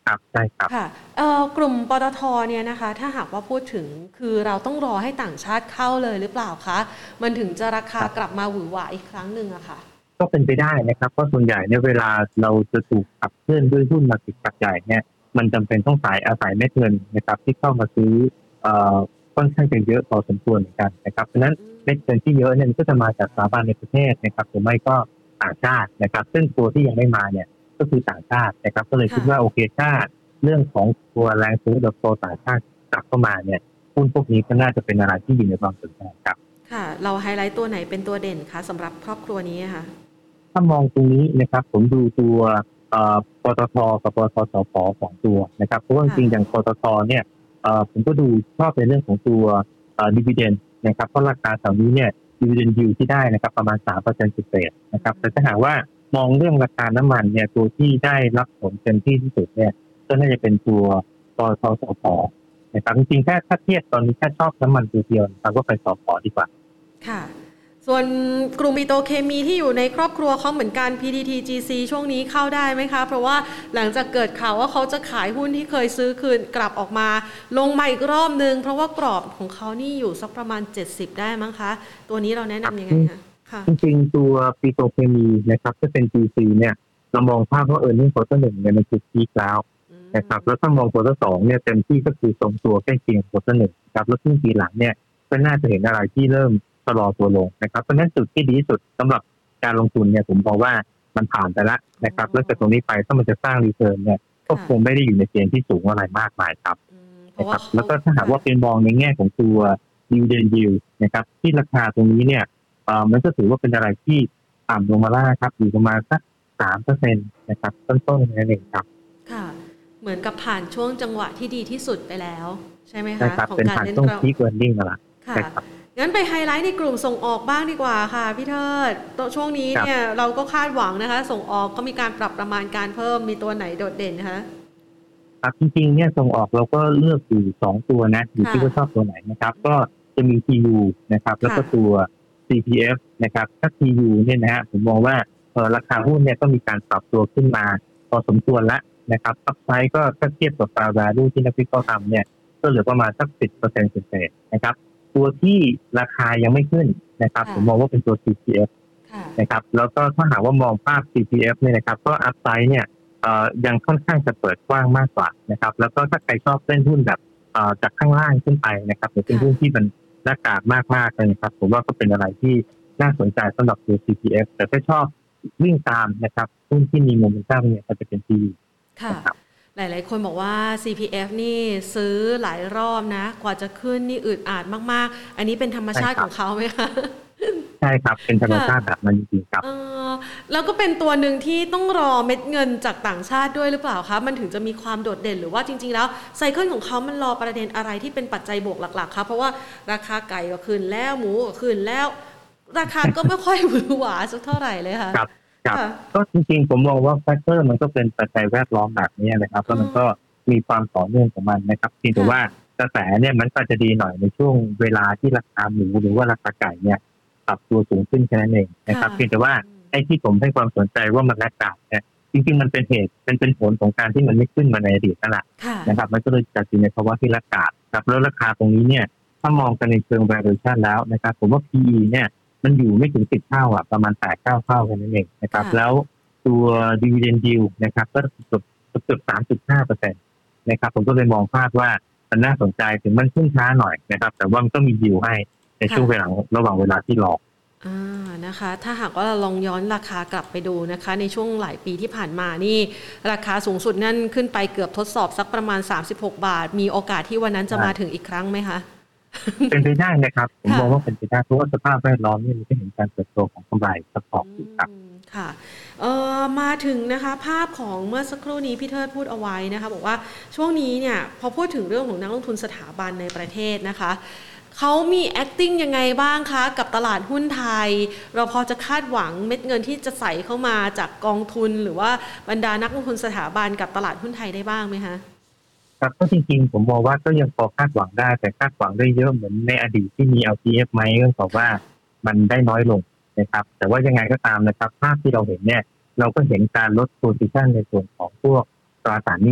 ครับใช่ครับค่ะเอ่อกลุ่มปตทเนี่ยนะคะถ้าหากว่าพูดถึงคือเราต้องรอให้ต่างชาติเข้าเลยหรือเปล่าคะมันถึงจะราคากลับมาหวือหวาอีกครั้งหนึ่งอะค่ะก็เป็นไปได้นะครับเพราะส่วนใหญ่เนี่ยเวลาเราจะถูกขับเคลื่อนด้วยหุ้นมาติดปัจจัยเนี่ยมันจำเป็นต้องสายอาศัยเม็ดเงินนะครับที่เข้ามาซื้อเอ่อค่อนข้างจะเยอะพอสมควรเหมือนกันนะครับเพราะฉะนั้นเม็ดเงินที่เยอะเนี่ยก็จะมาจากสถาบันในประเทศนะครับหรือไม่ก็ต่างชาตินะครับซึ่งตัวที่ยังไม่มาเนี่ยก็คือต่างชาตินะครับก็เลยคิดว่าโอเคถ้าเรื่องของตัวแรงซื้อจากตัวต่างชาติกลับเข้ามาเนี่ยหุ้นพวกนี้ก็น่าจะเป็นอะไรที่อยู่ในความสนใจครับค่ะเราไฮไลท์ตัวไหนเป็นตัวเด่นคะสำหรับครอบครัวนี้ค่ะถ้ามองตรงนี้นะครับผมดูตัวปตทกับปตทสผสองตัวนะครับเพราะว่าจริงๆอย่างปตทเนี่ยผมก็ดูชอบในเรื่องของตัวดิวิเดนนะครับเพราะราคาแถวนี้เนี่ยดิวิเดนยิวที่ได้นะครับประมาณ สามเปอร์เซ็นต์ เศษนะครับแต่ถ้าหากว่ามองเรื่องราคาน้ำมันเนี่ยตัวที่ได้รับผลเต็มที่ที่สุดเนี่ยก็น่าจะเป็นตัวปตทสผนะครับจริงๆถ้าถ้าเทียบตอนนี้ถ้าชอบน้ำมันตัวเดียวนะครับก็ไปสผดีกว่าค่ะส่วนกลุ่มปิโตรเคมีที่อยู่ในครอบครัวเขาเหมือนกัน พี ที ที จี ซี ช่วงนี้เข้าได้ไหมคะเพราะว่าหลังจากเกิดข่าวว่าเขาจะขายหุ้นที่เคยซื้อคืนกลับออกมาลงมาอีกรอบนึงเพราะว่ากรอบของเขานี่อยู่สักประมาณเจ็ดสิบได้มั้งคะตัวนี้เราแนะนำยังไงคะค่ะจริงๆตัวปิโตรเคมีนะครับถ้าเป็น จี ซี เนี่ยเรามองภาพว่า earning quarter หนึ่งเนี่ยมันคือพีคแล้วนะครับแล้วถ้ามอง quarter สองเนี่ยเต็มที่ก็คือทรงตัวใกล้เคียง quarter หนึ่งครับแล้วครึ่งปีหลังเนี่ยก็น่าจะเห็นอะไรที่เริ่มชะลอตัวลงนะครับเพราะฉะนั้นจุดที่ดีที่สุดสำหรับการลงทุนเนี่ยผมมองว่ามันผ่านไปแล้วนะครับแล้วจากตรงนี้ไปถ้ามันจะสร้างรีเทิร์นเนี่ยก็คงไม่ได้อยู่ในเกณฑ์ที่สูงอะไรมากมายครับนะครับแล้วก็ถ้าหากว่าเป็นมองในแง่ของตัว dividend yield นะครับที่ราคาตรงนี้เนี่ยเอ่อมันก็ถือว่าเป็นอะไรที่ต่ำลงมาแล้วครับอยู่ประมาณสัก สามเปอร์เซ็นต์ นะครับต้นๆนั่นเองครับค่ะเหมือนกับผ่านช่วงจังหวะที่ดีที่สุดไปแล้วใช่ไหมคะของการเล่นเราเป็นผ่านช่วง peak earning แล้วค่ะงั้นไปไฮไลท์ในกลุ่มส่งออกบ้างดีกว่าค่ะพี่เทิดช่วงนี้เนี่ยเราก็คาดหวังนะคะส่งออกก็มีการปรับประมาณการเพิ่มมีตัวไหนโดดเด่นนะคะครับจริงๆเนี่ยส่งออกเราก็เลือกอยู่สองตัวนะอยู่ที่ว่าชอบตัวไหนนะครับก็จะมี ที ยู นะครับแล้วก็ตัว ซี พี เอฟ นะครับถ้า ที ยู เนี่ยนะฮะผมมองว่าเออราคาหุ้นเนี่ยก็มีการปรับตัวขึ้นมาพอสมควรแล้วนะครับอัพไซด์ก็ถ้าเทียบกับ fair value ที่นักวิเคราะห์ทำเนี่ยก็เหลือประมาณสัก สิบเปอร์เซ็นต์ เศษๆนะครับตัวที่ราคายังไม่ขึ้นนะครับผมมองว่าเป็นตัว ซี พี เอฟ นะครับแล้วก็ถ้าหากว่ามองภาพ ซี พี เอฟ เนี่ยนะครับก็อัพไซด์เนี่ยเอ่อยังค่อนข้างจะเปิดกว้างมากกว่านะครับแล้วก็ถ้าใครชอบเล่นหุ้นแบบเอ่อจากข้างล่างขึ้นไปนะครับหรือเป็นหุ้นที่มันหน้ากากมากๆเลยนะครับผมว่าก็เป็นอะไรที่น่าสนใจสำหรับตัว ซี พี เอฟ แต่ถ้าชอบวิ่งตามนะครับหุ้นที่มีโมเมนตัมเนี่ยก็จะเป็น ที ยูค่ะหลายๆคนบอกว่า ซี พี เอฟ นี่ซื้อหลายรอบนะกว่าจะขึ้นนี่อึดอัดมากๆอันนี้เป็นธรรมชาติของเขาไหมคะใช่ครับเป็นธรรมชาติแบบนั้นจริงๆครับแล้วก็เป็นตัวหนึ่งที่ต้องรอเม็ดเงินจากต่างชาติด้วยหรือเปล่าคะมันถึงจะมีความโดดเด่นหรือว่าจริงๆแล้วไซเคิลของเขามันรอประเด็นอะไรที่เป็นปัจจัยบวกหลักๆคะเพราะว่าราคาไก่ก็ขึ้นแล้วหมูก็ขึ้นแล้วราคาก็ไม่ค่อยหวือหวาสักเท่าไหร่เลยค่ะครับครับก็จริงๆผมมองว่าแฟกเตอร์มันก็เป็นปัจจัยแวดล้อมแบบนี้นะครับแล้วมันก็มีความต่อเนื่องของมันนะครับเพียงแต่ว่ากระแสเนี่ยมันก็จะดีหน่อยในช่วงเวลาที่ราคาหมูหรือว่าราคาไก่เนี่ยปรับตัวสูงขึ้นแค่นั้นเองนะครับเพียงแต่ว่าไอ้ที่ผมให้ความสนใจว่ามันแลกกาดเนี่ยจริงๆมันเป็นเหตุเป็นเป็นผลของการที่มันไม่ขึ้นมาในอดีตนั่นแหละนะครับมันก็เลยจัดอยู่ในภาวะที่แลกกาดครับแล้วราคาตรงนี้เนี่ยถ้ามองกันในเชิง valuation แล้วนะครับผมว่า พี อี เนี่ยมันอยู่ไม่ถึงสิบเท่าอ่ะประมาณ แปดถึงเก้า เท่าแค่นั้นเองนะครับแล้วตัว dividend yield นะครับก็เกือบเกือบ สามจุดห้าเปอร์เซ็นต์ นะครับผมก็เลยมองภาพว่ามันน่าสนใจถึงมันขึ้นช้าหน่อยนะครับแต่ว่ามันก็มี yield ให้ในช่วงเวลาระหว่างเวลาที่รออ่านะคะถ้าหากว่าเราลองย้อนราคากลับไปดูนะคะในช่วงหลายปีที่ผ่านมานี่ราคาสูงสุดนั่นขึ้นไปเกือบทดสอบสักประมาณสามสิบหกบาทมีโอกาสที่วันนั้นจะมาถึงอีกครั้งไหมคะเป็นไปได้นะครับผมมองว่าเป็นไปได้เพราะว่าสภาพแวดล้อมนี่มันก็เห็นการเติบโตของกำไรซัพพอร์ตอยู่ครับค่ะเอ่อมาถึงนะคะภาพของเมื่อสักครู่นี้พี่เทิดพูดเอาไว้นะคะบอกว่าช่วงนี้เนี่ยพอพูดถึงเรื่องของนักลงทุนสถาบันในประเทศนะคะเขามี acting ยังไงบ้างคะกับตลาดหุ้นไทยเราพอจะคาดหวังเม็ดเงินที่จะใส่เข้ามาจากกองทุนหรือว่าบรรดานักลงทุนสถาบันกับตลาดหุ้นไทยได้บ้างไหมคะครับก็จริงๆผมมองว่าก็ยังพอคาดหวังได้แต่คาดหวังได้เยอะเหมือนในอดีตที่มี แอล ที เอฟ ไหมก็บอกว่ามันได้น้อยลงนะครับแต่ว่ายังไงก็ตามนะครับภาพที่เราเห็นเนี่ยเราก็เห็นการลด position ในส่วนของพวกตราสารหนี้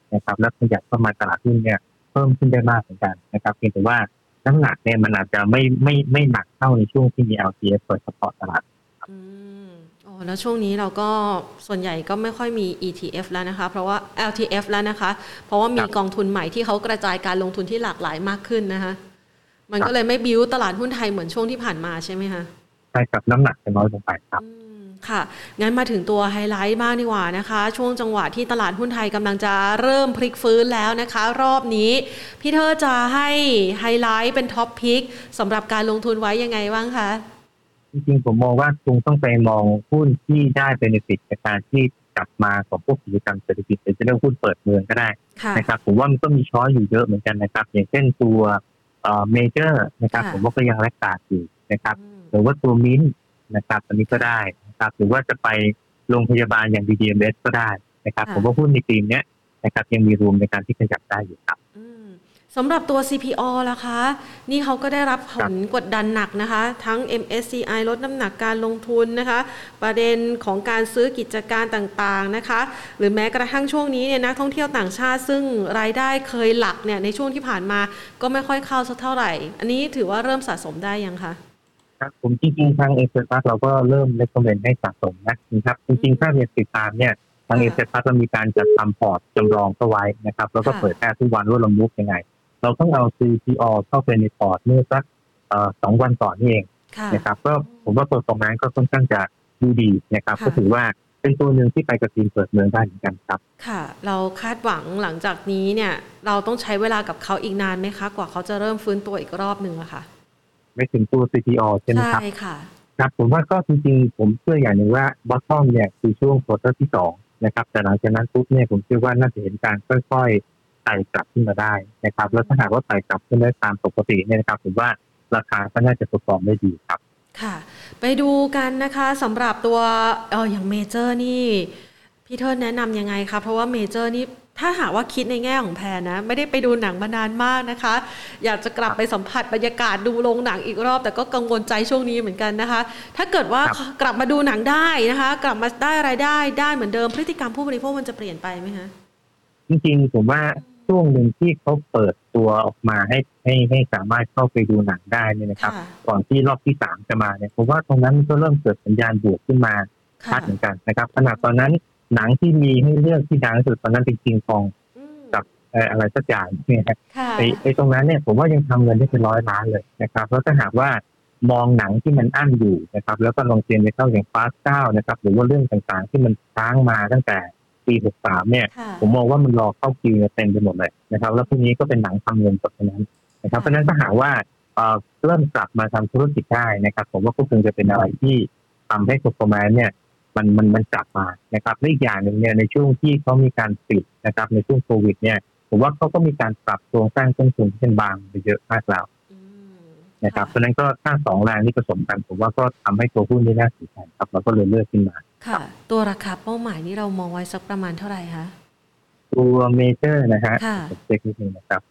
นะครับและขยับเข้ามาตลาดหุ้นเนี่ยเพิ่มขึ้นได้มากเหมือนกันนะครับเพียงแต่ว่าน้ำหนักเนี่ยมันอาจจะไม่ไม่ไม่หนักเท่าในช่วงที่มี แอล ที เอฟ เปิดเฉพาะตลาดอืมอ๋อแล้วช่วงนี้เราก็ส่วนใหญ่ก็ไม่ค่อยมี อี ที เอฟ แล้วนะคะเพราะว่า แอล ที เอฟ แล้วนะคะเพราะว่ามีกองทุนใหม่ที่เขากระจายการลงทุนที่หลากหลายมากขึ้นนะคะมันก็เลยไม่บิ้วตลาดหุ้นไทยเหมือนช่วงที่ผ่านมาใช่ไหมคะใช่ครับน้ำหนักจะน้อยลงไปครับค่ะงั้นมาถึงตัวไฮไลท์บ้างดีกว่านะคะช่วงจังหวะที่ตลาดหุ้นไทยกำลังจะเริ่มพลิกฟื้นแล้วนะคะรอบนี้พี่เธอจะให้ไฮไลท์เป็นท็อปพิกสำหรับการลงทุนไว้ยังไงบ้างคะจริงๆผมมองว่าคงต้องไปมองหุ้นที่ได้เบเนฟิตจากการที่กลับมาของพวกกิจกรรมเศรษฐกิจเป็นเรื่องหุ้นเปิดเมืองก็ได้นะครับผมว่ามันก็มีช้อยอยู่เยอะเหมือนกันนะครับอย่างเช่นตัวเอ่อเมเจอร์นะครับผมว่าก็ยังแลกขาดอยู่นะครับหรือว่าตัวมิ้นนะครับอันนี้ก็ได้นะครับหรือว่าจะไปโรงพยาบาลอย่าง ดี ดี เอ็ม เอส ก็ได้นะครับผมว่าหุ้นในธีมเนี้ยนะครับยังมีรูมในการที่ขยับได้อยู่ครับสำหรับตัว ซี พี โอ ล่ะคะนี่เขาก็ได้รับผลกดดันหนักนะคะทั้ง เอ็ม เอส ซี ไอ ลดน้ำหนักการลงทุนนะคะประเด็นของการซื้อกิจการต่างๆนะคะหรือแม้กระทั่งช่วงนี้เนี่ยนักท่องเที่ยวต่างชาติซึ่งรายได้เคยหลักเนี่ยในช่วงที่ผ่านมาก็ไม่ค่อยเข้าสักเท่าไหร่อันนี้ถือว่าเริ่มสะสมได้ยังคะครับผมจริงๆทางเอเชียพาร์ทเราก็เริ่มเรคคอมเมนต์ให้สะสมนะครับจริงๆถ้าเนี่ยติดตามเนี่ยทางเอเชียพาร์ทเรามีการจัดทำพอร์ตจำลองเข้าไว้นะครับแล้วก็เปิดแค่ทุกวันว่าเรามุกยังไงเราต้องเอา ซี พี โอ เข้าไปในพอร์ตเมื่อสักสองวันก่อนนี่เองนะครับก็ผมว่าตัวตรงนั้นก็ค่อนข้างจะดูดีนะครับก็ถือว่าเป็นตัวหนึ่งที่ไปกับทีมเปิดเมืองได้เหมือนกันครับค่ะเราคาดหวังหลังจากนี้เนี่ยเราต้องใช้เวลากับเขาอีกนานไหมคะกว่าเขาจะเริ่มฟื้นตัวอีกรอบหนึ่งอะค่ะไม่ถึงตัว ซี พี โอ ใช่ไหมครับใช่ค่ะครับผมว่าก็จริงๆผมเชื่ออย่างหนึ่งว่าบอททอมเนี่ยคือช่วงควอเตอร์ที่สองนะครับแต่หลังจากนั้นปุ๊บเนี่ยผมเชื่อว่าน่าจะเห็นการค่อยๆไต่กลับขึ้นมาได้นะครับแล้วถ้าหากว่าไต่กลับขึ้นได้ตามปกติเนี่ยนะครับผมว่าราคาก็น่าจะเปอร์ฟอร์มได้ดีครับค่ะไปดูกันนะคะสำหรับตัวเอออย่างเมเจอร์นี่พี่เทิร์นแนะนำยังไงคะเพราะว่าเมเจอร์นี่ถ้าหากว่าคิดในแง่ของแพรนะไม่ได้ไปดูหนังมานานมากนะคะอยากจะกลับไปสัมผัสบรรยากาศดูโรงหนังอีกรอบแต่ก็กังวลใจช่วงนี้เหมือนกันนะคะถ้าเกิดว่ากลับมาดูหนังได้นะคะกลับมาได้รายได้ได้เหมือนเดิมพฤติกรรมผู้บริโภคมันจะเปลี่ยนไปไหมคะจริงๆผมว่าช่วงหนึ่งที่เขาเปิดตัวออกมาให้ให้ให้สามารถเข้าไปดูหนังได้เนี่ยนะครับก่อนที่รอบที่สามจะมาเนี่ยผมว่าตรงนั้นก็เริ่มเกิดสัญญาณบวกขึ้นมาชัดเหมือนกันนะครับขนาดตอนนั้นหนังที่มีให้เลือกที่ดังที่สุดตอนนั้นเป็นคิงคองกับอะไรสักอย่างเนี่ยครับไอ้ไอ้ตรงนั้นเนี่ยผมว่ายังทำเงินได้เป็นร้อยล้านเลยนะครับแล้วถ้าหากว่ามองหนังที่มันอั้นอยู่นะครับแล้วก็ลองเตรียมไปเข้าอย่างฟาสต์เก้านะครับหรือว่าเรื่องต่างๆที่มันค้างมาตั้งแต่ปีหกสิบสามเนี่ยผมมองว่ามันรอเข้าคิวเต็มไปหมดเลยนะครับแล้วพวกนี้ก็เป็นหนังทำเงินจากนั้นนะครับเพราะฉะนั้นถ้าหากว่าเริ่มกลับมาทำธุรกิจได้นะครับผมว่าก็คงจะเป็นอะไรที่ทำให้โปรโมชั่นเนี่ยมันมันมันกลับมานะครับและอีกอย่างหนึ่งเนี่ยในช่วงที่เขามีการปิดนะครับในช่วงโควิดเนี่ยผมว่าเขาก็มีการปรับโครงสร้างต้นทุนที่เป็นบางไปเยอะมากแล้วนะครับเพราะนั้นก็ถ้าสองแรงนี้ผสมกันผมว่าก็ทำให้ตัวหุ้นนี้น่าสนใจครับแล้วก็เลยเลือกขึ้นมาค่ะตัวราคาเป้าหมายนี้เรามองไว้สักประมาณเท่าไหร่คะตัวเมเจอร์นะฮะเช็คนิดนึงนะครับ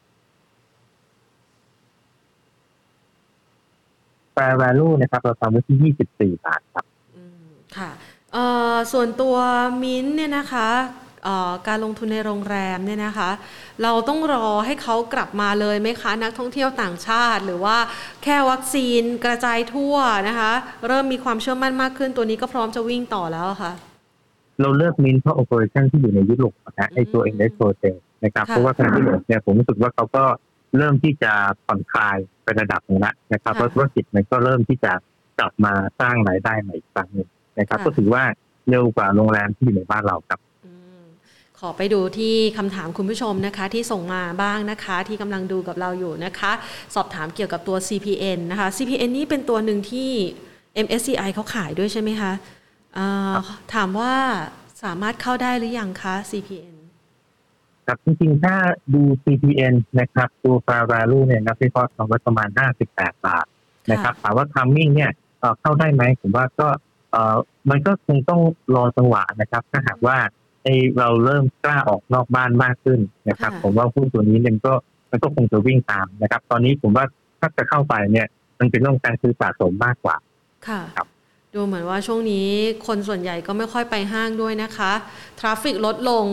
Fair Value นะครับเราทำไว้ที่ยี่สิบสี่บาทครับอืมค่ะเอ่อส่วนตัวมิ้นเนี่ยนะคะการลงทุนในโรงแรมเนี่ยนะคะเราต้องรอให้เขากลับมาเลยไหมคะนักท่องเที่ยวต่างชาติหรือว่าแค่วัคซีนกระจายทั่วนะคะเริ่มมีความเชื่อมั่นมากขึ้นตัวนี้ก็พร้อมจะวิ่งต่อแล้วค่ะเราเลือกมินเพราะโอเปอเรชั่นที่อยู่ในยุโรปนะไอตัวเอ็นเดสโปรเจกต์นะครับเพราะว่าทางยุโรปเนี่ยผมรู้สึกว่าเขาก็เริ่มที่จะผ่อนคลายไประดับนึงแล้วนะครับเพราะธุรกิจมันก็เริ่มที่จะกลับมาสร้างรายได้ใหม่อีกครั้งนึงนะครับก็ถือว่าเร็วกว่าโรงแรมที่อยู่ในบ้านเราครับขอไปดูที่คำถามคุณผู้ชมนะคะที่ส่งมาบ้างนะคะที่กำลังดูกับเราอยู่นะคะสอบถามเกี่ยวกับตัว ซี พี เอ็น นะคะ ซี พี เอ็น นี่เป็นตัวหนึ่งที่ เอ็ม เอส ซี ไอ เขาขายด้วยใช่ไหมคะถามว่าสามารถเข้าได้หรือยังคะ ซี พี เอ็นครับจริงๆถ้าดู ซี พี เอ็น นะครับตัว Fair Value เนี่ยนักวิเคราะห์ทำไว้ประมาณห้าสิบแปดบาทนะครับถามว่า Timing เนี่ยเข้าได้ไหมผมว่าก็มันก็คงต้องรอจังหวะนะครับถ้าหากว่าเราเริ่มกล้าออกนอกบ้านมากขึ้นนะครับผมว่าหุ้นตัวนี้มันก็มันก็คงจะวิ่งตามนะครับตอนนี้ผมว่าถ้าจะเข้าไปเนี่ยมันเป็นเรื่องการซื้อสะสมมากกว่าค่ะดูเหมือนว่าช่วงนี้คนส่วนใหญ่ก็ไม่ค่อยไปห้างด้วยนะคะทราฟฟิกลดลง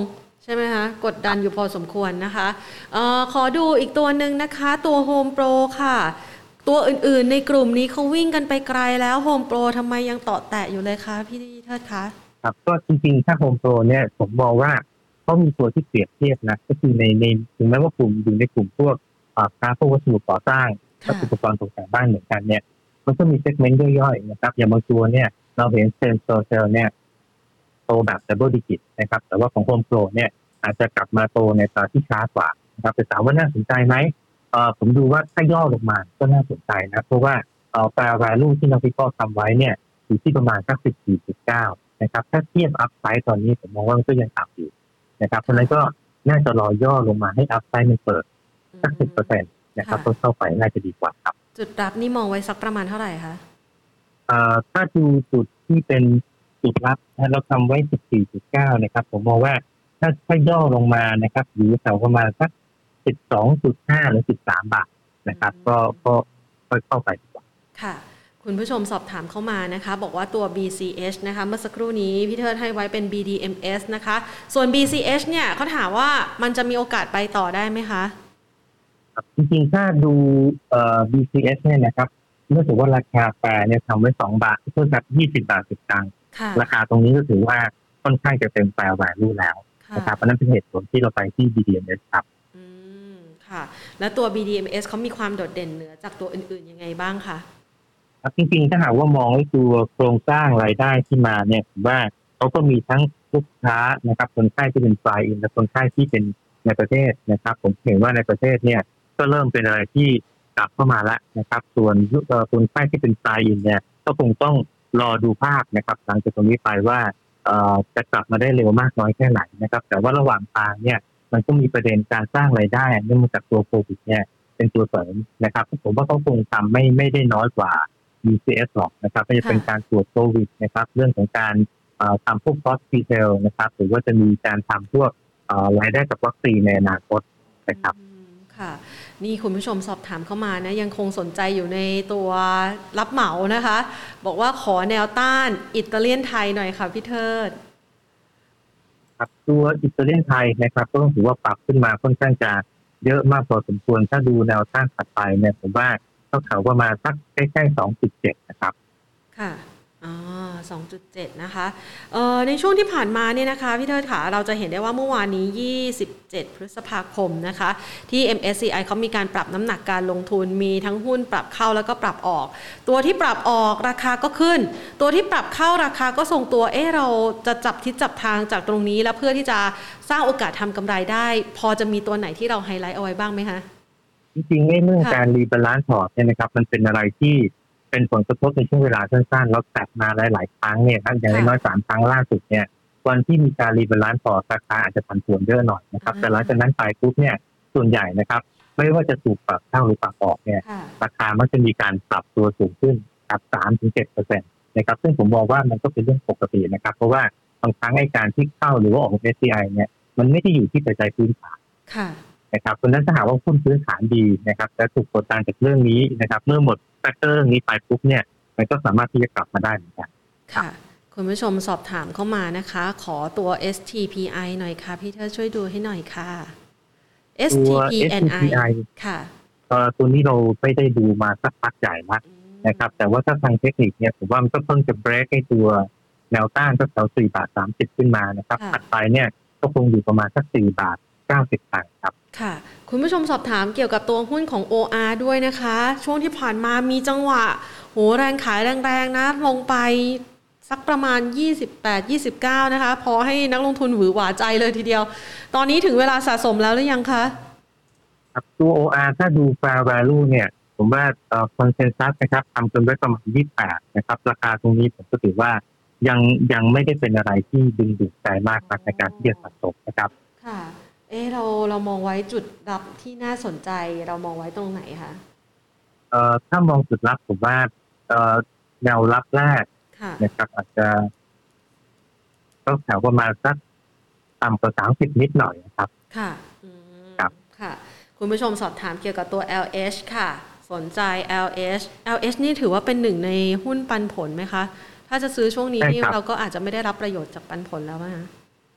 ใช่ไหมคะกดดันอยู่พอสมควรนะคะเอ่อขอดูอีกตัวหนึ่งนะคะตัว Home Pro ค่ะตัวอื่นๆในกลุ่มนี้เขาวิ่งกันไปไกลแล้ว Home Pro ทำไมยังเตาะแตะอยู่เลยคะพี่เทิดคะครับก็จริงๆถ้า Home Pro เนี่ยผมมองว่าเขามีตัวที่เปรียบเทียบนะก็คือในในถึงแม้ว่ากลุ่มอยู่ในกลุ่มพวกค้าพวกวัสดุก่อสร้างและอุปกรณ์ตกแต่งบ้านเหมือนกันเนี่ยมันก็มีเซกเมนต์ย่อยๆนะครับอย่างบางตัวเนี่ยเราเห็นเซนโซเซลเนี่ยโตแบบดับเบิลดิจิตนะครับแต่ว่าของ Home Pro เนี่ยอาจจะกลับมาโตในตอนที่ช้ากว่านะครับแต่ถามว่าน่าสนใจไหมเอ่อผมดูว่าถ้าย่อลงมาก็น่าสนใจนะเพราะว่าเอ่อ fair value ที่นักวิเคราะห์ทำไว้เนี่ยอยู่ที่ประมาณสัก สิบสี่จุดเก้า นะครับถ้าเทียบอัพไซด์ตอนนี้ผมมองว่ามันก็ยังต่ำอยู่นะครับเพราะฉะนั้นก็น่าจะรอย่อลงมาให้อัพไซด์มันเปิดสัก สิบเปอร์เซ็นต์ นะครับก็เข้าไปน่าจะดีกว่าครับจุดรับนี่มองไว้สักประมาณเท่าไหร่คะเอ่อถ้าดูจุดที่เป็นจุดรับเราทำไว้ สิบสี่จุดเก้า นะครับผมมองว่าถ้าถ้าย่อลงมานะครับอยู่แถวประมาณสัก สิบสองจุดห้า หรือสิบสามบาทนะครับก็ก็ค่อยเข้าไปดีกว่าค่ะคุณผู้ชมสอบถามเข้ามานะคะบอกว่าตัว บี ซี เอช นะคะเมื่อสักครู่นี้พี่เทิดให้ไว้เป็น บี ดี เอ็ม เอส นะคะส่วน บี ซี เอช เนี่ยเขาถามว่ามันจะมีโอกาสไปต่อได้ไหมคะจริงๆถ้าดูเอ่อ บี ซี เอส เนี่ยนะครับเมื่อถือว่าราคาแปรเนี่ยทำไว้สองบาทเพิ่มจากยี่สิบบาทสิบตังค์ราคาตรงนี้ก็ถือว่าค่อนข้างจะเต็มแปรแวลูแล้วนะครับเพราะนั้นเป็นเหตุผลที่เราไปที่ บี ดี เอ็ม เอส ครับอืมค่ะแล้วตัว บี ดี เอ็ม เอส เขามีความโดดเด่นเหนือจากตัวอื่นๆยังไงบ้างคะจริงๆถ้าหากว่ามองตัวโครงสร้างรายได้ที่มาเนี่ยผมว่าเขาก็มีทั้งลูกค้านะครับคนไข้ที่เป็นฟลายอินและคนไข้ที่เป็นในประเทศนะครับผมเห็นว่าในประเทศเนี่ยก็เริ่มเป็นอะไรที่กลับเข้ามาแล้วนะครับส่วนคนไข้ที่เป็นฟลายอินเนี่ยก็คงต้องรอดูภาพนะครับหลังจากตรงนี้ไปว่าจะกลับมาได้เร็วมากน้อยแค่ไหนนะครับแต่ว่าระหว่างทางเนี่ยมันก็มีประเด็นการสร้างรายได้เนื่องมาจากตัวโควิดเนี่ยเป็นตัวเสริมนะครับผมว่าเขาคงทำไม่ไม่ได้น้อยกว่าบี ซี เอส หรอกนะครับก็จะเป็นการตรวจโควิดนะครับเรื่องของการทำพวกคอสตีเทลนะครับหรือว่าจะมีการทำพวกรายได้จากวัคซีนในอนาคตนะครับค่ะนี่คุณผู้ชมสอบถามเข้ามานะยังคงสนใจอยู่ในตัวรับเหมานะคะบอกว่าขอแนวต้านอิตาเลียนไทยหน่อยค่ะพี่เทิดครับตัวอิตาเลียนไทยนะครับก็ต้องถือว่าปรับขึ้นมาค่อนข้างจะเยอะมากพอสมควรถ้าดูแนวต้านถัดไปเนี่ยผมว่าเขาเขาประมาณสักใกล้ๆ สองจุดเจ็ด นะครับค่ะอ๋อ สองจุดเจ็ด นะคะเอ่อในช่วงที่ผ่านมาเนี่ยนะคะพี่เทิดค่ะเราจะเห็นได้ว่าเมื่อวานนี้ยี่สิบเจ็ดพฤษภาคมนะคะที่ เอ็ม เอส ซี ไอ เขามีการปรับน้ำหนักการลงทุนมีทั้งหุ้นปรับเข้าแล้วก็ปรับออกตัวที่ปรับออกราคาก็ขึ้นตัวที่ปรับเข้าราคาก็ทรงตัวเอ๊ะเราจะจับทิศจับทางจากตรงนี้แล้วเพื่อที่จะสร้างโอกาสทำกำไรได้พอจะมีตัวไหนที่เราไฮไลท์เอาไว้บ้างไหมคะจริงๆเรื่องการรีบาลานซ์พอร์ตเนี่ยนะครับมันเป็นอะไรที่เป็นผลกระทบในช่วงเวลาสั้นๆแล้วแตกมาหลายๆครั้งเนี่ยครับอย่างน้อยๆสามครั้งล่าสุดเนี่ยวันที่มีการรีบาลานซ์พอร์ตราคาอาจจะผันผวนเยอะหน่อยนะครับแต่หลังจากนั้นไปปุ๊บเนี่ยส่วนใหญ่นะครับไม่ว่าจะถูกปรับเข้าหรือปรับออกเนี่ยราคามันจะมีการปรับตัวสูงขึ้นกับ สามถึงเจ็ดเปอร์เซ็นต์ นะครับซึ่งผมมองว่ามันก็เป็นเรื่องปกตินะครับเพราะว่าบางครั้งไอ้การที่เข้าหรือว่าออกของ เอส ซี ไอ เนี่ยมันไม่ได้อยู่ที่ปัจจัยพื้นฐานนะครับเพราะฉะนั้นถ้าหากว่าหุ้นพื้นฐานดีนะครับและถูกกดดันจากเรื่องนี้นะครับเมื่อหมดแฟกเตอร์เรื่องนี้ไปปุ๊บเนี่ยมันก็สามารถที่จะกลับมาได้เหมือนกันค่ะคุณผู้ชมสอบถามเข้ามานะคะขอตัว เอส ที พี ไอ หน่อยค่ะพี่เธอช่วยดูให้หน่อยค่ะ เอส ที พี เอ็น ไอ ค่ะตัวนี้เราไม่ได้ดูมาสักพักใหญ่แล้วนะครับแต่ว่าถ้าทางเทคนิคเนี่ยผมว่ามันก็เพิ่งจะเบรกให้ตัวแนวต้านก็แถวสี่บาทสามสิบขึ้นมานะครับถัดไปเนี่ยก็คงอยู่ประมาณสักสี่บาทเก้าสิบตังค์ครับค่ะคุณผู้ชมสอบถามเกี่ยวกับตัวหุ้นของ โอ อาร์ ด้วยนะคะช่วงที่ผ่านมามีจังหวะโหแรงขายแรงๆนะลงไปสักประมาณยี่สิบแปด ยี่สิบเก้านะคะพอให้นักลงทุนหวือหวาใจเลยทีเดียวตอนนี้ถึงเวลาสะสมแล้วหรือยังคะครับตัว โอ อาร์ ถ้าดู fair value เนี่ยผมว่าเอ่อ consensus นะครับทำจนไว้ประมาณยี่สิบแปดนะครับราคาตรงนี้ผมก็ถือว่ายังยังไม่ได้เป็นอะไรที่ดึงดูดใจมากนักในการที่จะสะสมนะครับค่ะเอ๊ะเราเรามองไว้จุดรับที่น่าสนใจเรามองไว้ตรงไหนคะเอ่อถ้ามองจุดรับผมว่าเอ่อแนวรับแรกนะครับอาจจะก็แถวประมาณสักต่ำกว่าสามสิบนิดหน่อยนะครับค่ะครับค่ะคุณผู้ชมสอบถามเกี่ยวกับตัว แอล เอช ค่ะสนใจ แอล เอช แอล เอช นี่ถือว่าเป็นหนึ่งในหุ้นปันผลไหมคะถ้าจะซื้อช่วงนี้นี่เราก็อาจจะไม่ได้รับประโยชน์จากปันผลแล้วนะ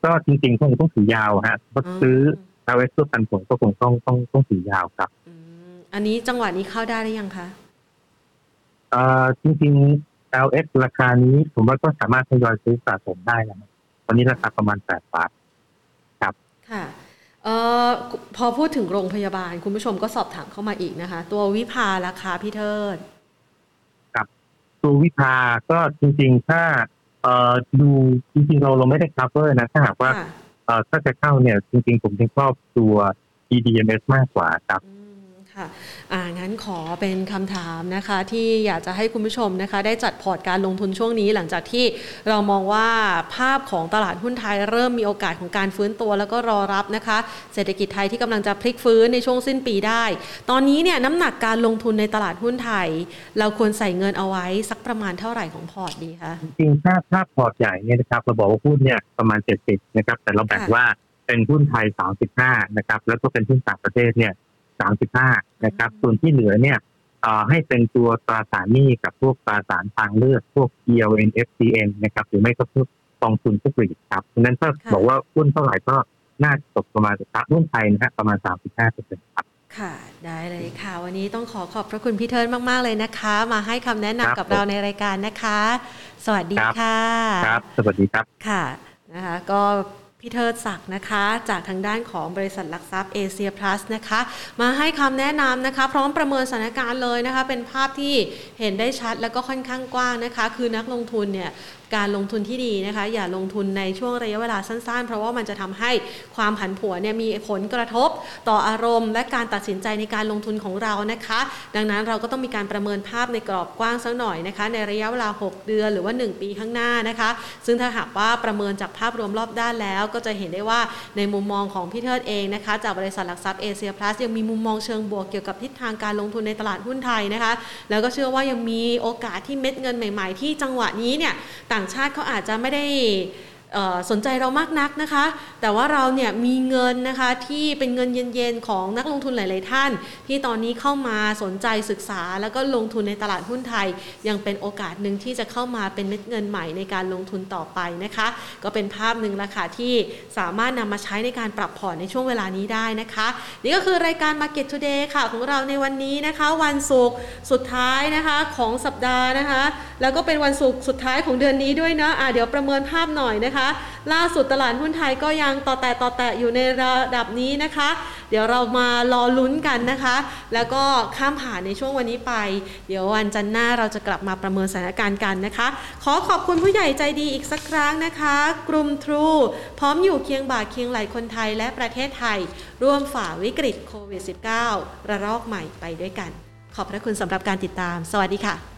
ก็จริงๆคงต้องถือยาวฮะเพราะซื้อ แอล เอส เพื่อปันผลก็คงต้องต้องต้องถือยาวครับอันนี้จังหวะนี้เข้าได้หรือยังคะเอ่อจริงๆ แอล เอส ราคานี้ผมว่าก็สามารถทยอยซื้อสะสมได้นะตอนนี้ราคาประมาณแปดบาทครับค่ะเอ่อพอพูดถึงโรงพยาบาลคุณผู้ชมก็สอบถามเข้ามาอีกนะคะตัววิภาราคาพี่เทิดครับตัววิภาก็จริงๆถ้าเอ่อดูจริงๆเราเราไม่ได้ cover นะถ้าหากว่าเอ่อถ้าจะเข้าเนี่ยจริงๆผมยังชอบตัว อี ดี เอ็ม เอส มากกว่าครับค่ะอ่างั้นขอเป็นคำถามนะคะที่อยากจะให้คุณผู้ชมนะคะได้จัดพอร์ตการลงทุนช่วงนี้หลังจากที่เรามองว่าภาพของตลาดหุ้นไทยเริ่มมีโอกาสของการฟื้นตัวแล้วก็รอรับนะคะเศรษฐกิจไทยที่กำลังจะพลิกฟื้นในช่วงสิ้นปีได้ตอนนี้เนี่ยน้ำหนักการลงทุนในตลาดหุ้นไทยเราควรใส่เงินเอาไว้สักประมาณเท่าไหร่ของพอร์ตดีคะจริงๆถ้าถ้าพอร์ตใหญ่เนี่ยนะครับเราบอกว่าหุ้นเนี่ยประมาณเจ็ดสิบนะครับแต่เราแบ่งว่าเป็นหุ้นไทยสามสิบห้านะครับแล้วก็เป็นหุ้นต่างประเทศเนี่ยสามสิบห้านะครับส่วนที่เหลือเนี่ยให้เป็นตัวตราสารหนี้กับพวกตราสารทางเลือกพวก อี แอล เอ็น เอฟ ซี เอ็น นะครับหรือไม่ก็พวกกองทุนพวกรีทครับฉะนั้นถ้าบอกว่าหุ้นเท่าไหร่ก็น่าจะตกประมาณสักหุ้นไทยนะฮะประมาณ สามสิบห้าเปอร์เซ็นต์ ครับค่ะได้เลยค่ะวันนี้ต้องขอขอบพระคุณพี่เทิร์นมากๆเลยนะคะมาให้คำแนะนำกับเราในรายการนะคะสวัสดีค่ะครับสวัสดีครับค่ะนะคะก็พี่เทิดศักดิ์นะคะจากทางด้านของบริษัทหลักทรัพย์เอเชียพลัสนะคะมาให้คำแนะนำนะคะพร้อมประเมินสถานการณ์เลยนะคะเป็นภาพที่เห็นได้ชัดแล้วก็ค่อนข้างกว้างนะคะคือนักลงทุนเนี่ยการลงทุนที่ดีนะคะอย่าลงทุนในช่วงระยะเวลาสั้นๆเพราะว่ามันจะทำให้ความผันผวนเนี่ยมีผลกระทบต่ออารมณ์และการตัดสินใจในการลงทุนของเรานะคะดังนั้นเราก็ต้องมีการประเมินภาพในกรอบกว้างสักหน่อยนะคะในระยะเวลาหกเดือนหรือว่าหนึ่งปีข้างหน้านะคะซึ่งถ้าหากว่าประเมินจากภาพรวมรอบด้านแล้วก็จะเห็นได้ว่าในมุมมองของพี่เทิดเองนะคะจากบริษัทหลักทรัพย์เอเชียพลัสยังมีมุมมองเชิงบวกเกี่ยวกับทิศทางการลงทุนในตลาดหุ้นไทยนะคะแล้วก็เชื่อว่ายังมีโอกาสที่เม็ดเงินใหม่ๆที่จังหวะนี้เนี่ยต่างชาติเขาอาจจะไม่ได้สนใจเรามากนักนะคะแต่ว่าเราเนี่ยมีเงินนะคะที่เป็นเงินเย็นๆของนักลงทุนหลายๆท่านที่ตอนนี้เข้ามาสนใจศึกษาแล้วก็ลงทุนในตลาดหุ้นไทยยังเป็นโอกาสหนึ่งที่จะเข้ามาเป็นเม็ดเงินใหม่ในการลงทุนต่อไปนะคะก็เป็นภาพหนึ่งละค่ะที่สามารถนำมาใช้ในการปรับพอร์ตในช่วงเวลานี้ได้นะคะนี่ก็คือรายการ Market Today ค่ะของเราในวันนี้นะคะวันศุกร์สุดท้ายนะคะของสัปดาห์นะคะแล้วก็เป็นวันศุกร์สุดท้ายของเดือนนี้ด้วยนะอ่ะเดี๋ยวประเมินภาพหน่อยนะคะล่าสุดตลาดหุ้นไทยก็ยังต่อแตะต่อแตะอยู่ในระดับนี้นะคะเดี๋ยวเรามารอลุ้นกันนะคะแล้วก็ข้ามผ่านในช่วงวันนี้ไปเดี๋ยววันจันทร์หน้าเราจะกลับมาประเมินสถานการณ์กันนะคะขอขอบคุณผู้ใหญ่ใจดีอีกสักครั้งนะคะกลุ่ม True พร้อมอยู่เคียงบ่าเคียงไหลคนไทยและประเทศไทยร่วมฝ่าวิกฤตโควิด สิบเก้า ระลอกใหม่ไปด้วยกันขอบพระคุณสำหรับการติดตามสวัสดีค่ะ